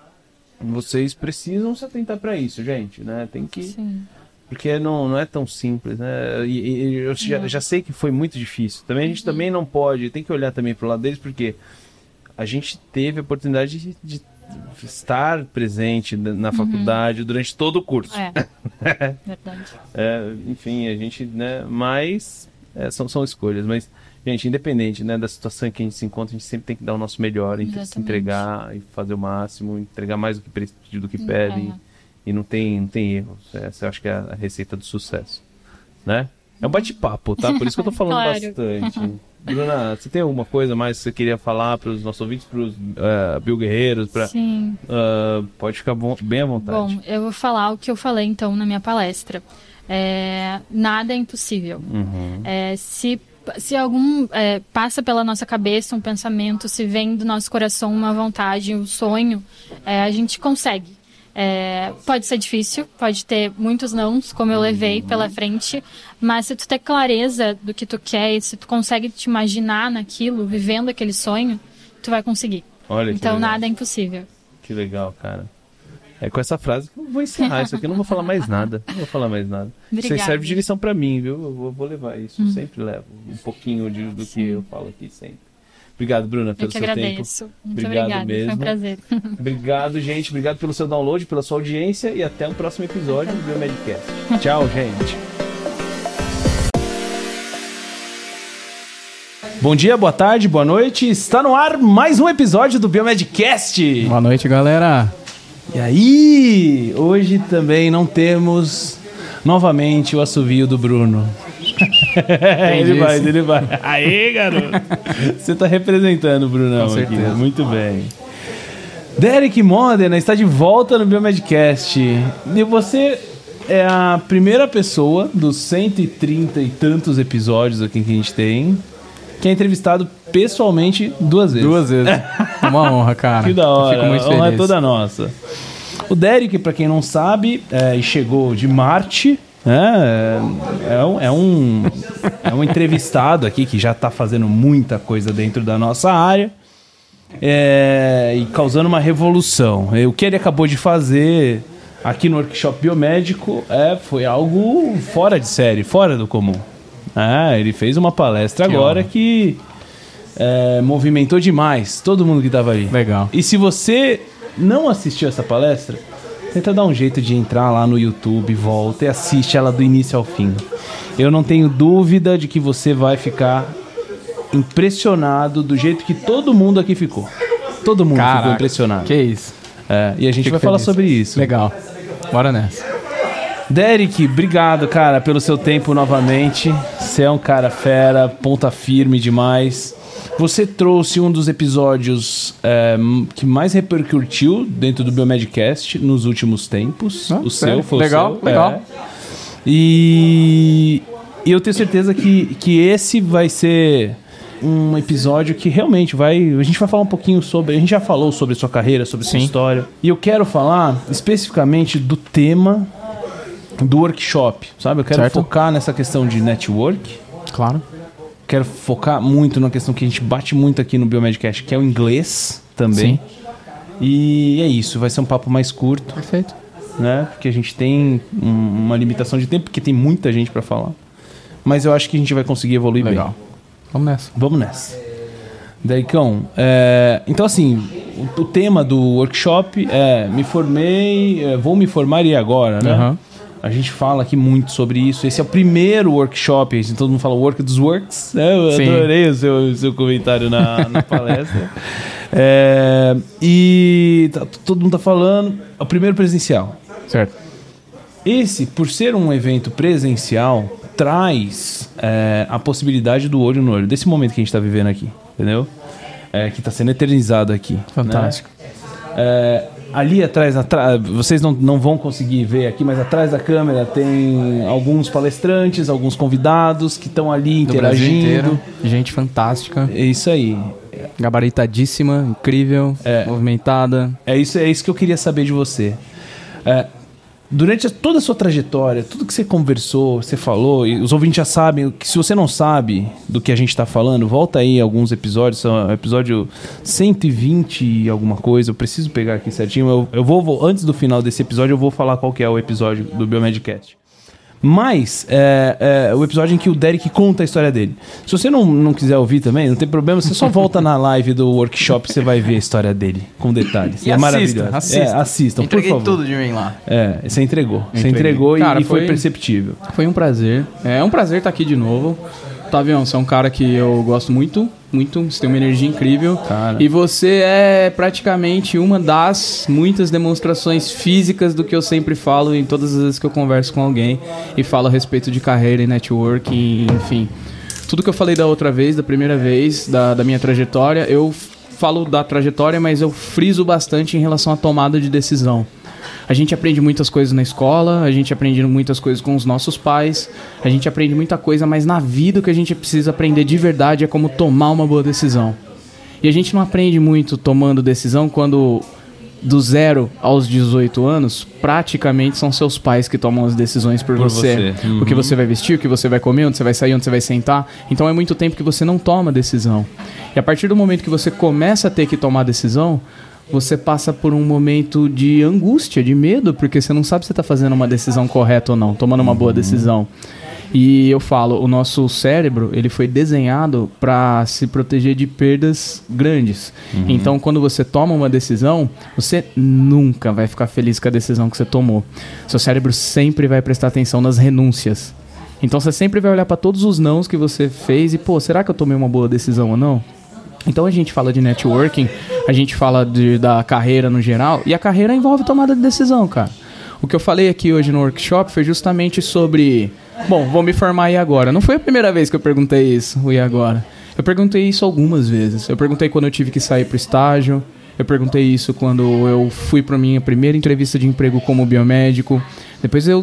vocês precisam se atentar para isso, gente, né? Tem que... Sim. Porque não, não é tão simples, né? E, e eu já, Não. já sei que foi muito difícil. Também a gente também não pode, tem que olhar também pro lado deles, porque a gente teve a oportunidade de, de estar presente na na faculdade durante todo o curso. É. Verdade. É, enfim, a gente, né? Mas é, são, são escolhas. Mas, gente, independente, né, da situação em que a gente se encontra, a gente sempre tem que dar o nosso melhor, entre- se Exatamente. entregar e fazer o máximo, entregar mais do que, pre- do que pedem. É. E não tem, não tem erro. Essa eu acho que é a receita do sucesso. Né? É um bate-papo, tá? Por isso que eu tô falando Claro. bastante. Bruna, você tem alguma coisa mais que você queria falar para os nossos ouvintes, para os uh, bioguerreiros? Pra, Sim. uh, pode ficar bom, bem à vontade. Bom, eu vou falar o que eu falei então na minha palestra. É, nada é impossível. Uhum. É, se, se algum é, passa pela nossa cabeça um pensamento, se vem do nosso coração uma vontade, um sonho, é, a gente consegue. É, pode ser difícil, pode ter muitos nãos, como eu levei pela frente, mas se tu ter clareza do que tu quer e se tu consegue te imaginar naquilo, vivendo aquele sonho, tu vai conseguir. Olha que Então legal. nada é impossível. Que legal, cara. É com essa frase que eu vou encerrar isso aqui. Eu não vou falar mais nada. Não vou falar mais nada. Obrigada. Isso aí serve de lição pra mim, viu? Eu vou, vou levar isso. Sempre levo um pouquinho de, do que eu falo aqui sempre. Obrigado, Bruna, Eu pelo que seu tempo. agradeço. Muito Obrigado obrigada, mesmo. foi um prazer. Obrigado, gente. Obrigado pelo seu download, pela sua audiência e até o próximo episódio do Biomedcast. Tchau, gente. Bom dia, boa tarde, boa noite. Está no ar mais um episódio do Biomedcast. Boa noite, galera. E aí, hoje também não temos novamente o assovio do Bruno. ele vai, ele vai. Aê, garoto. Você tá representando o Brunão Com aqui. certeza. Muito bem. Derek Modena está de volta no Biomedcast. E você é a primeira pessoa dos cento e trinta e tantos episódios aqui que a gente tem que é entrevistado pessoalmente duas vezes. Duas vezes. Uma honra, cara. Que da hora. Eu fico muito A honra é feliz. toda nossa. O Derek, pra quem não sabe, é, chegou de Marte, né? É, um, é, um, é um entrevistado aqui que já tá fazendo muita coisa dentro da nossa área é, e causando uma revolução. E o que ele acabou de fazer aqui no Workshop Biomédico é, foi algo fora de série, fora do comum. É, ele fez uma palestra que agora honra. que é, movimentou demais todo mundo que tava ali. Legal. E se você não assistiu essa palestra, tenta dar um jeito de entrar lá no YouTube, volta e assiste ela do início ao fim. Eu não tenho dúvida de que você vai ficar impressionado do jeito que todo mundo aqui ficou. Todo mundo Caraca, ficou impressionado. Que isso. É, e a gente Fico vai feliz. falar sobre isso. Legal. Bora nessa. Derek, obrigado, cara, pelo seu tempo novamente. Você é um cara fera, ponta firme demais. Você trouxe um dos episódios é, que mais repercutiu dentro do Biomedcast nos últimos tempos. Ah, o sério? seu foi legal, o seu. Legal, legal. É. E, e eu tenho certeza que, que esse vai ser um episódio que realmente vai... A gente vai falar um pouquinho sobre... A gente já falou sobre sua carreira, sobre Sim. sua história. E eu quero falar especificamente do tema do workshop, sabe? Eu quero certo. focar nessa questão de network. Claro. Quero focar muito na questão que a gente bate muito aqui no Biomedcast, que é o inglês também. Sim. E é isso, vai ser um papo mais curto. Perfeito. Né? Porque a gente tem um, uma limitação de tempo, porque tem muita gente para falar. Mas eu acho que a gente vai conseguir evoluir Legal. bem. Vamos nessa. Vamos nessa. Deicão, é, então assim, o, o tema do workshop é me formei, é, vou me formar e agora, né? Uhum. A gente fala aqui muito sobre isso. Esse é o primeiro workshop. Então todo mundo fala work dos works. Né? Eu Sim. adorei o seu, o seu comentário na, na palestra. É, e tá, todo mundo tá falando. É o primeiro presencial. Certo. Esse, por ser um evento presencial, traz é, a possibilidade do olho no olho. Desse momento que a gente tá vivendo aqui. Entendeu? É, que tá sendo eternizado aqui. Fantástico. Né? É, ali atrás, atrás, vocês não, não vão conseguir ver aqui, mas atrás da câmera tem alguns palestrantes, alguns convidados que estão ali do interagindo. Inteiro, gente fantástica. É isso aí. Gabaritadíssima, incrível, é, movimentada. É isso, é isso que eu queria saber de você. É, durante toda a sua trajetória, tudo que você conversou, você falou, e os ouvintes já sabem, que se você não sabe do que a gente está falando, volta aí alguns episódios, são episódio cento e vinte e alguma coisa, eu preciso pegar aqui certinho, eu, eu vou, vou, antes do final desse episódio, eu vou falar qual que é o episódio do Biomedcast. Mas é, é o episódio em que o Derek conta a história dele. Se você não, não quiser ouvir também, não tem problema, você só volta na live do workshop e você vai ver a história dele, com detalhes. E é assista, maravilhoso. Assista. É, assistam, Entreguei por favor. tudo de mim lá. É, você entregou. Entreguei. Você entregou Cara, e foi, foi perceptível. Foi um prazer. É um prazer estar aqui de novo. Tavião, você é um cara que eu gosto muito, muito. Você tem uma energia incrível. Cara. E você é praticamente uma das muitas demonstrações físicas do que eu sempre falo em todas as vezes que eu converso com alguém e falo a respeito de carreira e networking, enfim. Tudo que eu falei da outra vez, da primeira vez, da, da minha trajetória, eu falo da trajetória, mas eu friso bastante em relação à tomada de decisão. A gente aprende muitas coisas na escola, a gente aprende muitas coisas com os nossos pais, a gente aprende muita coisa, mas na vida o que a gente precisa aprender de verdade é como tomar uma boa decisão. E a gente não aprende muito tomando decisão quando do zero aos dezoito anos, praticamente são seus pais que tomam as decisões por, por você. você. Uhum. O que você vai vestir, o que você vai comer, onde você vai sair, onde você vai sentar. Então é muito tempo que você não toma decisão. E a partir do momento que você começa a ter que tomar decisão, você passa por um momento de angústia, de medo, porque você não sabe se está fazendo uma decisão correta ou não, tomando uma boa decisão. E eu falo, o nosso cérebro, ele foi desenhado para se proteger de perdas grandes. Uhum. Então, quando você toma uma decisão, você nunca vai ficar feliz com a decisão que você tomou. Seu cérebro sempre vai prestar atenção nas renúncias. Então, você sempre vai olhar para todos os nãos que você fez e, pô, será que eu tomei uma boa decisão ou não? Então a gente fala de networking, a gente fala de, da carreira no geral, e a carreira envolve tomada de decisão, cara. O que eu falei aqui hoje no workshop foi justamente sobre... Bom, vou me formar e agora? Não foi a primeira vez que eu perguntei isso, o e agora? Eu perguntei isso algumas vezes. Eu perguntei quando eu tive que sair pro estágio, eu perguntei isso quando eu fui pra minha primeira entrevista de emprego como biomédico, depois eu... fui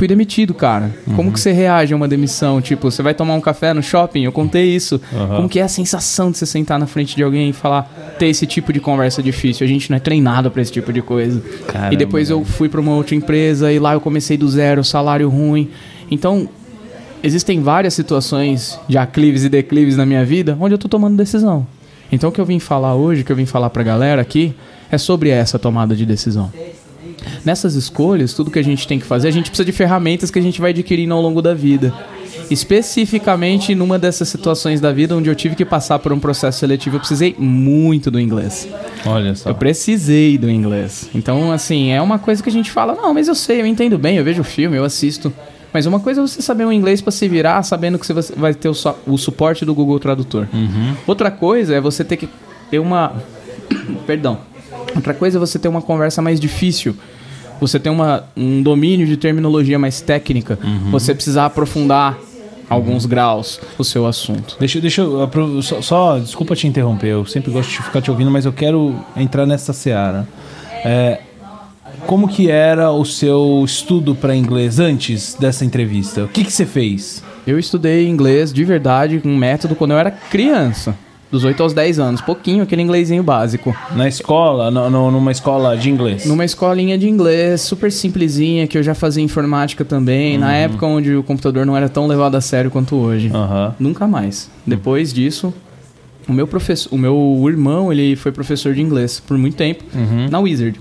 fui demitido, cara. Uhum. Como que você reage a uma demissão? Tipo, você vai tomar um café no shopping? Eu contei isso. Uhum. Como que é a sensação de você sentar na frente de alguém e falar, ter esse tipo de conversa difícil? A gente não é treinado pra esse tipo de coisa. Caramba, e depois eu fui pra uma outra empresa e lá eu comecei do zero, salário ruim. Então, existem várias situações de aclives e declives na minha vida onde eu tô tomando decisão. Então, o que eu vim falar hoje, o que eu vim falar pra galera aqui, é sobre essa tomada de decisão. Nessas escolhas, tudo que a gente tem que fazer, a gente precisa de ferramentas que a gente vai adquirindo ao longo da vida. Especificamente numa dessas situações da vida onde eu tive que passar por um processo seletivo, eu precisei muito do inglês. Olha só. Eu precisei do inglês. Então, assim, é uma coisa que a gente fala, não, mas eu sei, eu entendo bem, eu vejo o filme, eu assisto. Mas uma coisa é você saber o inglês para se virar, sabendo que você vai ter o, so- o suporte do Google Tradutor. Uhum. Outra coisa é você ter que ter uma... Perdão. Outra coisa é você ter uma conversa mais difícil. Você ter uma, um domínio de terminologia mais técnica. Uhum. Você precisar aprofundar alguns uhum. graus o seu assunto. Deixa, deixa eu... Só, só, desculpa te interromper. Eu sempre gosto de ficar te ouvindo, mas eu quero entrar nessa seara. É, como que era o seu estudo para inglês antes dessa entrevista? O que, que você fez? Eu estudei inglês de verdade com um método quando eu era criança. Dos oito aos dez anos, pouquinho, aquele inglesinho básico. Na escola? No, no, numa escola de inglês? Numa escolinha de inglês, super simplesinha, que eu já fazia informática também, uhum. na época onde o computador não era tão levado a sério quanto hoje. Uhum. Nunca mais. Depois disso, o meu, professor, o meu irmão, ele foi professor de inglês por muito tempo, uhum. na Wizard.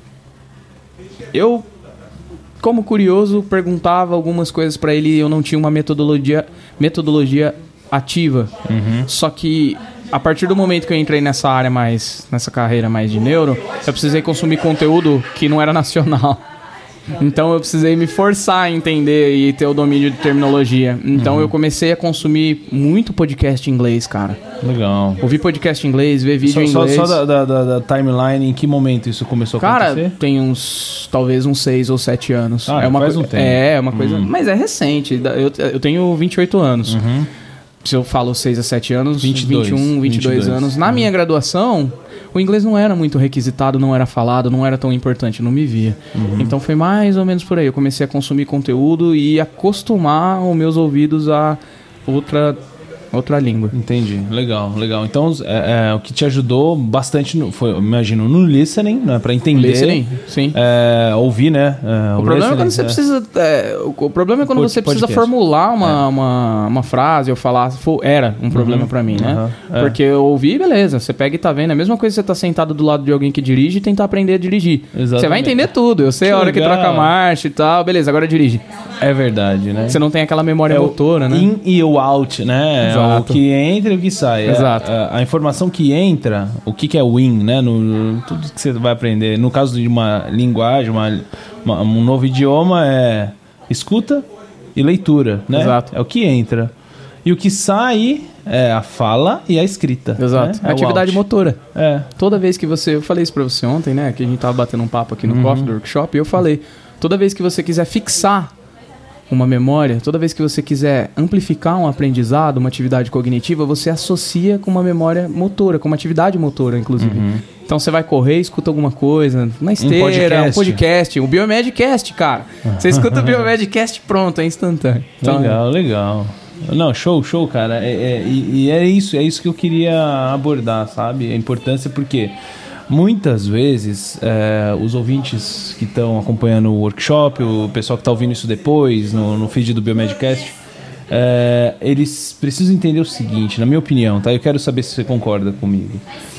Eu, como curioso, perguntava algumas coisas pra ele e eu não tinha uma metodologia, metodologia ativa. Uhum. Só que... A partir do momento que eu entrei nessa área mais, nessa carreira mais de neuro, eu precisei consumir conteúdo que não era nacional. Então eu precisei me forçar a entender e ter o domínio de terminologia. Então uhum. eu comecei a consumir muito podcast em inglês, cara. Legal. Ouvir podcast em inglês, ver vídeo só, em inglês. Só, só da, da, da timeline, em que momento isso começou a cara, acontecer? Cara, tem uns, talvez uns seis ou sete anos. Ah, é uma faz co- um tempo. É, é uma coisa... Hum. Mas é recente. Eu, eu tenho vinte e oito anos. Uhum. Se eu falo seis a sete anos, vinte e dois, vinte e um, vinte e dois, vinte e dois anos. Na uhum. minha graduação, o inglês não era muito requisitado, não era falado, não era tão importante, eu não me via. Uhum. Então foi mais ou menos por aí. Eu comecei a consumir conteúdo e acostumar os meus ouvidos a outra, outra língua. Entendi. Legal, legal. Então, é, é, o que te ajudou bastante, no, foi, imagino, no listening, né? Pra entender. Listening, sim. É, ouvir, né? É, o, o problema é quando você é. precisa... É, o, o problema é quando Pod, você precisa podcast. formular uma, é. uma, uma frase ou falar... For, era um problema uhum. pra mim, né? Uhum. Porque eu ouvi, beleza. Você pega e tá vendo. É a mesma coisa que você tá sentado do lado de alguém que dirige e tentar aprender a dirigir. Exatamente. Você vai entender tudo. Eu sei que a hora legal. que troca a marcha e tal. Beleza, agora dirige. É verdade, né? Você não tem aquela memória é motora, né? In e o out, né? Exato. O que entra e o que sai. Exato. A, a, a informação que entra, o que, que é o in, né? No, no, tudo que você vai aprender. No caso de uma linguagem, uma, uma, um novo idioma, é escuta e leitura, né? Exato. É o que entra. E o que sai é a fala e a escrita. Exato. Né? É a atividade out. motora. É. Toda vez que você... Eu falei isso pra você ontem, né? Que a gente tava batendo um papo aqui no uhum. coffee do workshop. E eu falei... Toda vez que você quiser fixar uma memória, toda vez que você quiser amplificar um aprendizado, uma atividade cognitiva, você associa com uma memória motora, com uma atividade motora, inclusive. Uhum. Então você vai correr, escuta alguma coisa, uma esteira, um podcast, um podcast o Biomedcast, cara. Você escuta o Biomedcast, pronto, é instantâneo. Então, legal, legal. Não, show, show, cara. É, é, e, e é isso, é isso que eu queria abordar, sabe? A importância, porque... Muitas vezes, é, os ouvintes que estão acompanhando o workshop, o pessoal que está ouvindo isso depois, no, no feed do Biomedcast, é, eles precisam entender o seguinte, na minha opinião, tá? Eu quero saber se você concorda comigo.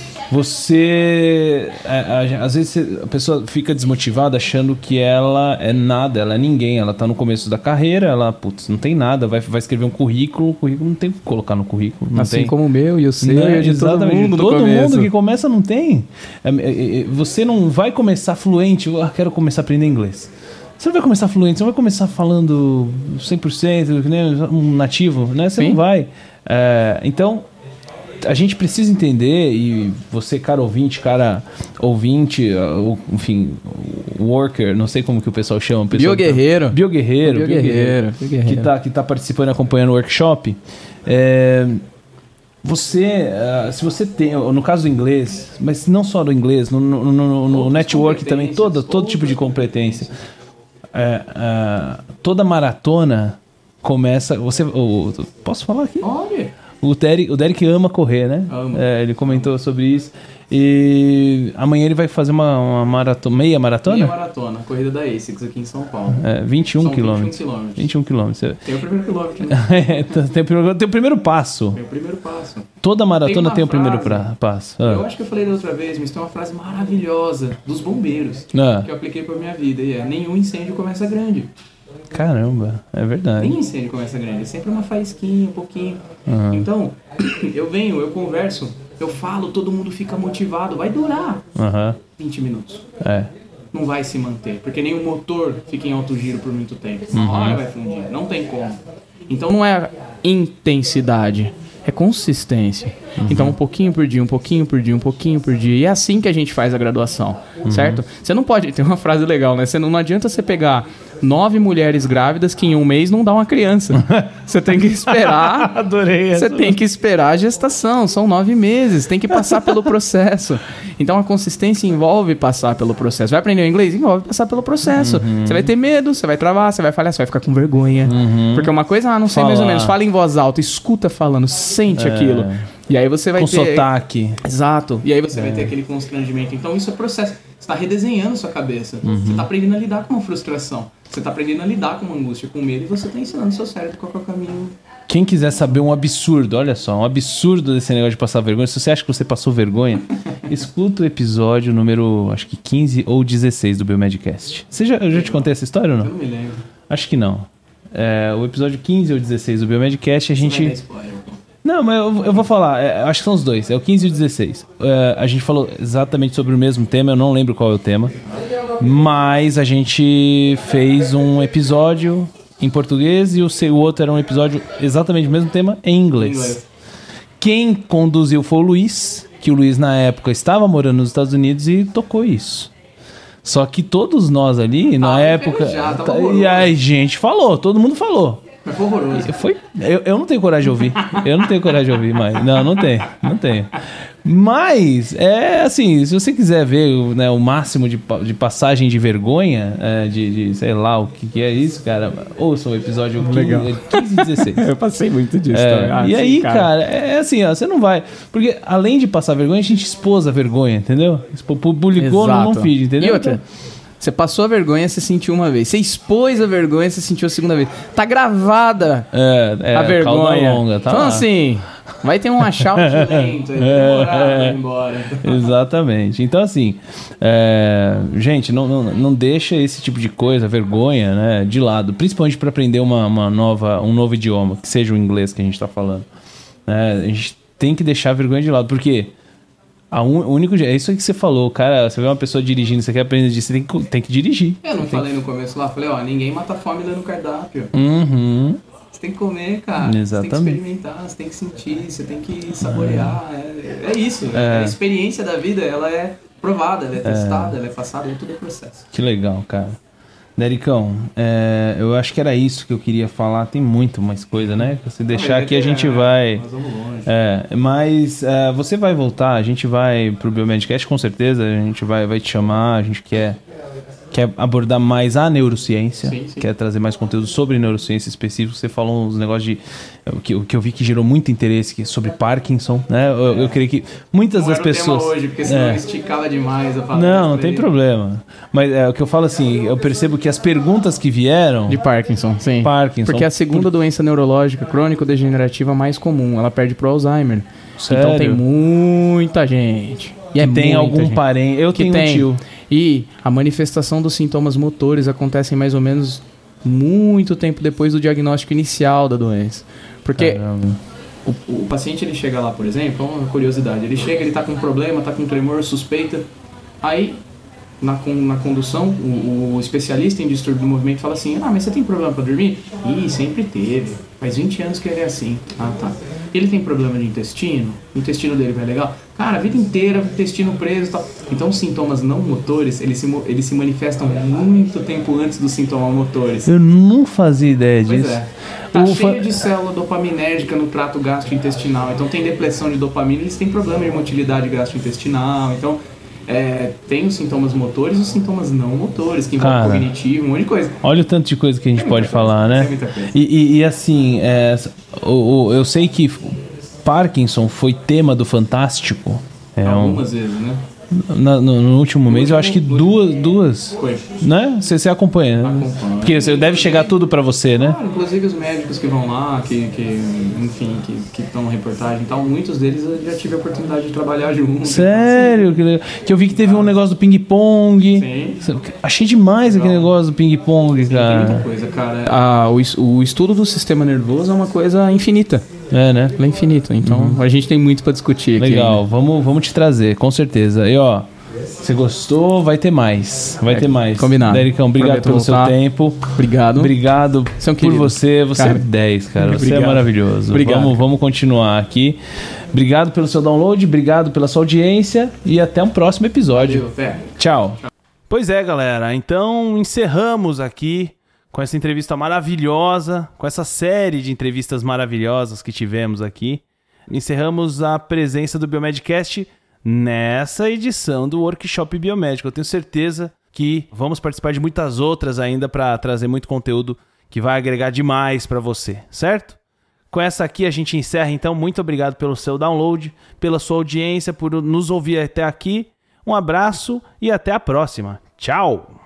Você... É, às vezes a pessoa fica desmotivada achando que ela é nada, ela é ninguém. Ela tá no começo da carreira, ela, putz, não tem nada, vai, vai escrever um currículo, o currículo não tem o que colocar no currículo. Não assim tem. como o meu e o seu não, e de todo mundo no Todo começo. mundo que começa não tem. É, é, é, você não vai começar fluente, eu quero começar a aprender inglês. Você não vai começar fluente, você não vai começar falando cem por cento, que nem um nativo, né? Você Sim. não vai. É, então... A gente precisa entender, e você, cara ouvinte, cara ouvinte, enfim, worker, não sei como que o pessoal chama. Bioguerreiro. Bioguerreiro. Bioguerreiro. Bio que está que tá participando e acompanhando o workshop. É, você, uh, se você tem, no caso do inglês, mas não só do inglês, no, no, no, no network também, todo, todo tipo de competência. É, uh, toda maratona começa... Você, oh, posso falar aqui? Olha. O Derek, o Derek ama correr, né? Ama. É, ele comentou sobre isso. E amanhã ele vai fazer uma, uma maratona, meia maratona? Meia maratona, a corrida da ASICS aqui em São Paulo. É, vinte e um São quilômetros. vinte e um quilômetros. vinte e um quilômetros. Tem o primeiro quilômetro, né? É, tem, o primeiro, tem o primeiro passo. Tem o primeiro passo. Toda maratona tem, tem o primeiro frase, pra, passo. Ah. Eu acho que eu falei da outra vez, mas tem uma frase maravilhosa dos bombeiros Ah. que eu apliquei pra minha vida. E é: nenhum incêndio começa grande. Caramba, é verdade. Nem incêndio começa grande, é sempre uma faísquinha, um pouquinho. Uhum. Então, eu venho, eu converso, eu falo, todo mundo fica motivado. Vai durar Uhum. vinte minutos. É. Não vai se manter, porque nenhum motor fica em alto giro por muito tempo. Uma hora vai fundir, não tem como. Então não é intensidade, é consistência. Uhum. Então um pouquinho por dia, um pouquinho por dia, um pouquinho por dia. E é assim que a gente faz a graduação, uhum. certo? Você não pode... Tem uma frase legal, né? Você não, não adianta você pegar nove mulheres grávidas que em um mês não dá uma criança. Você tem que esperar... Adorei essa. Você tem que esperar a gestação. São nove meses. Tem que passar pelo processo. Então a consistência envolve passar pelo processo. Vai aprender o inglês? Envolve passar pelo processo. Uhum. Você vai ter medo, você vai travar, você vai falhar, você vai ficar com vergonha. Uhum. Porque uma coisa, ah, não sei Falar. mais ou menos. Fala em voz alta, escuta falando, sente é. aquilo. E aí você vai com ter... Com sotaque. Exato. E aí você é. vai ter aquele constrangimento. Então isso é processo. Você está redesenhando sua cabeça. Uhum. Você está aprendendo a lidar com uma frustração. Você está aprendendo a lidar com uma angústia, com medo. E você está ensinando o seu cérebro qual é o caminho. Quem quiser saber um absurdo, olha só, um absurdo desse negócio de passar vergonha. Se você acha que você passou vergonha, escuta o episódio número, acho que quinze ou dezesseis do Biomedcast. Você já, eu já te contei essa história ou não? Eu não me lembro. Acho que não. É, o episódio quinze ou dezesseis do Biomedcast, a gente... Você vai dar spoiler, pô. Não, mas eu, eu vou falar, é, acho que são os dois, é o quinze e o dezesseis. É, a gente falou exatamente sobre o mesmo tema, eu não lembro qual é o tema, mas a gente fez um episódio em português e o, o outro era um episódio exatamente do mesmo tema em inglês. inglês. Quem conduziu foi o Luiz, que o Luiz na época estava morando nos Estados Unidos e tocou isso. Só que todos nós ali, na ah, época... Já, tá e a gente falou, todo mundo falou. Mas foi horroroso. Foi, eu, eu não tenho coragem de ouvir. Eu não tenho coragem de ouvir mais. Não, não tenho. Não tenho. Mas, é assim, se você quiser ver, né, o máximo de, de passagem de vergonha, é, de, de sei lá o que, que é isso, cara, ouça o episódio quinze e dezesseis. Eu passei muito disso. É, ah, e sim, aí, cara, cara, é assim, ó, você não vai... Porque além de passar vergonha, a gente expôs a vergonha, entendeu? Publicou no, no feed, entendeu? E outra... Você passou a vergonha, você sentiu uma vez. Você expôs a vergonha, você sentiu a segunda vez. Tá gravada é, é, a vergonha. Longa, tá então lá. Assim, vai ter um achar lento, aí demorar é, pra ir embora. Exatamente. Então assim, é, gente, não, não, não deixa esse tipo de coisa, vergonha, né, de lado. Principalmente para aprender uma, uma nova, um novo idioma, que seja o inglês que a gente tá falando. É, a gente tem que deixar a vergonha de lado, porque... A un, o único é isso aí que você falou, cara. Você vê uma pessoa dirigindo, você quer aprender disso, você tem que, tem que dirigir. Eu não tem falei que... no começo lá, falei, ó, ninguém mata fome lendo cardápio. Uhum. Você tem que comer, cara. Exatamente. Você tem que experimentar, você tem que sentir, você tem que saborear. É, é isso. É. A experiência da vida, ela é provada, ela é testada, é. ela é passada, é tudo é processo. Que legal, cara. Dericão, é, eu acho que era isso que eu queria falar. Tem muito mais coisa, né? Se deixar aqui, a gente vai... Nós vamos longe. É, mas é, você vai voltar, a gente vai pro Biomedcast com certeza, a gente vai, vai te chamar, a gente quer, quer abordar mais a neurociência, sim, sim. quer trazer mais conteúdo sobre neurociência específico. Você falou uns negócios de... O que, o que eu vi que gerou muito interesse, que é sobre Parkinson, né? Eu, eu creio que muitas não das era pessoas... O tema hoje, porque senão é. esticava demais a palavra. Não, não tem problema. Mas é o que eu falo assim, eu percebo que as perguntas que vieram... De Parkinson, sim. Parkinson. Porque é a segunda doença neurológica crônico-degenerativa mais comum. Ela perde pro Alzheimer. Sério? Então tem muita gente. E é tem algum gente. parente... Eu que tenho tem. um tio. E a manifestação dos sintomas motores acontecem mais ou menos muito tempo depois do diagnóstico inicial da doença. Porque o, o paciente, ele chega lá, por exemplo, uma curiosidade, ele chega, ele tá com um problema, tá com tremor, suspeita, aí na, na condução, o, o especialista em distúrbio do movimento fala assim, ah, mas você tem problema para dormir? Ih, sempre teve, faz vinte anos que ele é assim. Ah, tá. Ele tem problema de intestino? O intestino dele vai legal? Cara, a vida inteira, intestino preso e tal. Então, os sintomas não motores, eles se, eles se manifestam muito tempo antes dos sintomas motores. Eu não fazia ideia disso. Pois é. Tá O cheio fa... de célula dopaminérgica no trato gastrointestinal. Então, tem depressão de dopamina, eles têm problema de motilidade gastrointestinal. Então, é, tem os sintomas motores e os sintomas não motores, que envolvem cognitivo, um monte de coisa. Olha o tanto de coisa que a gente pode falar, coisa, né? muita coisa. E, e, e assim, é, o, o, eu sei que Parkinson foi tema do Fantástico. É Algumas um, vezes, né? Na, no, no último mês, eu acho que duas, duas, Foi. né? Você, você acompanha, né? Acompanho. Porque você deve chegar tudo pra você, né? Claro, inclusive os médicos que vão lá, que, que enfim, que, que estão na reportagem e tal, muitos deles eu já tive a oportunidade de trabalhar junto. Sério? Que, que eu vi que teve um negócio do ping-pong. Sim. Achei demais aquele negócio do ping-pong, Tem cara. muita coisa, cara. Ah, o, es- o estudo do sistema nervoso é uma coisa infinita. É, né? Ela é infinita, então Uhum. a gente tem muito pra discutir aqui. Legal, vamos, vamos te trazer, com certeza. E ó, você gostou, vai ter mais. Vai É, ter mais. combinado. Dericão, obrigado Prometo pelo seu voltar. tempo. Obrigado. Obrigado Você é um por querido. você. Você Cara. é dez, cara. Você Obrigado. é maravilhoso. Obrigado. Vamos, vamos continuar aqui. Obrigado pelo seu download, obrigado pela sua audiência e até um próximo episódio. Valeu, Pé. Tchau. Pois é, galera. Então encerramos aqui com essa entrevista maravilhosa, com essa série de entrevistas maravilhosas que tivemos aqui. Encerramos a presença do Biomedcast nessa edição do Workshop Biomédico. Eu tenho certeza que vamos participar de muitas outras ainda para trazer muito conteúdo que vai agregar demais para você, certo? Com essa aqui a gente encerra, então. Muito obrigado pelo seu download, pela sua audiência, por nos ouvir até aqui. Um abraço e até a próxima. Tchau!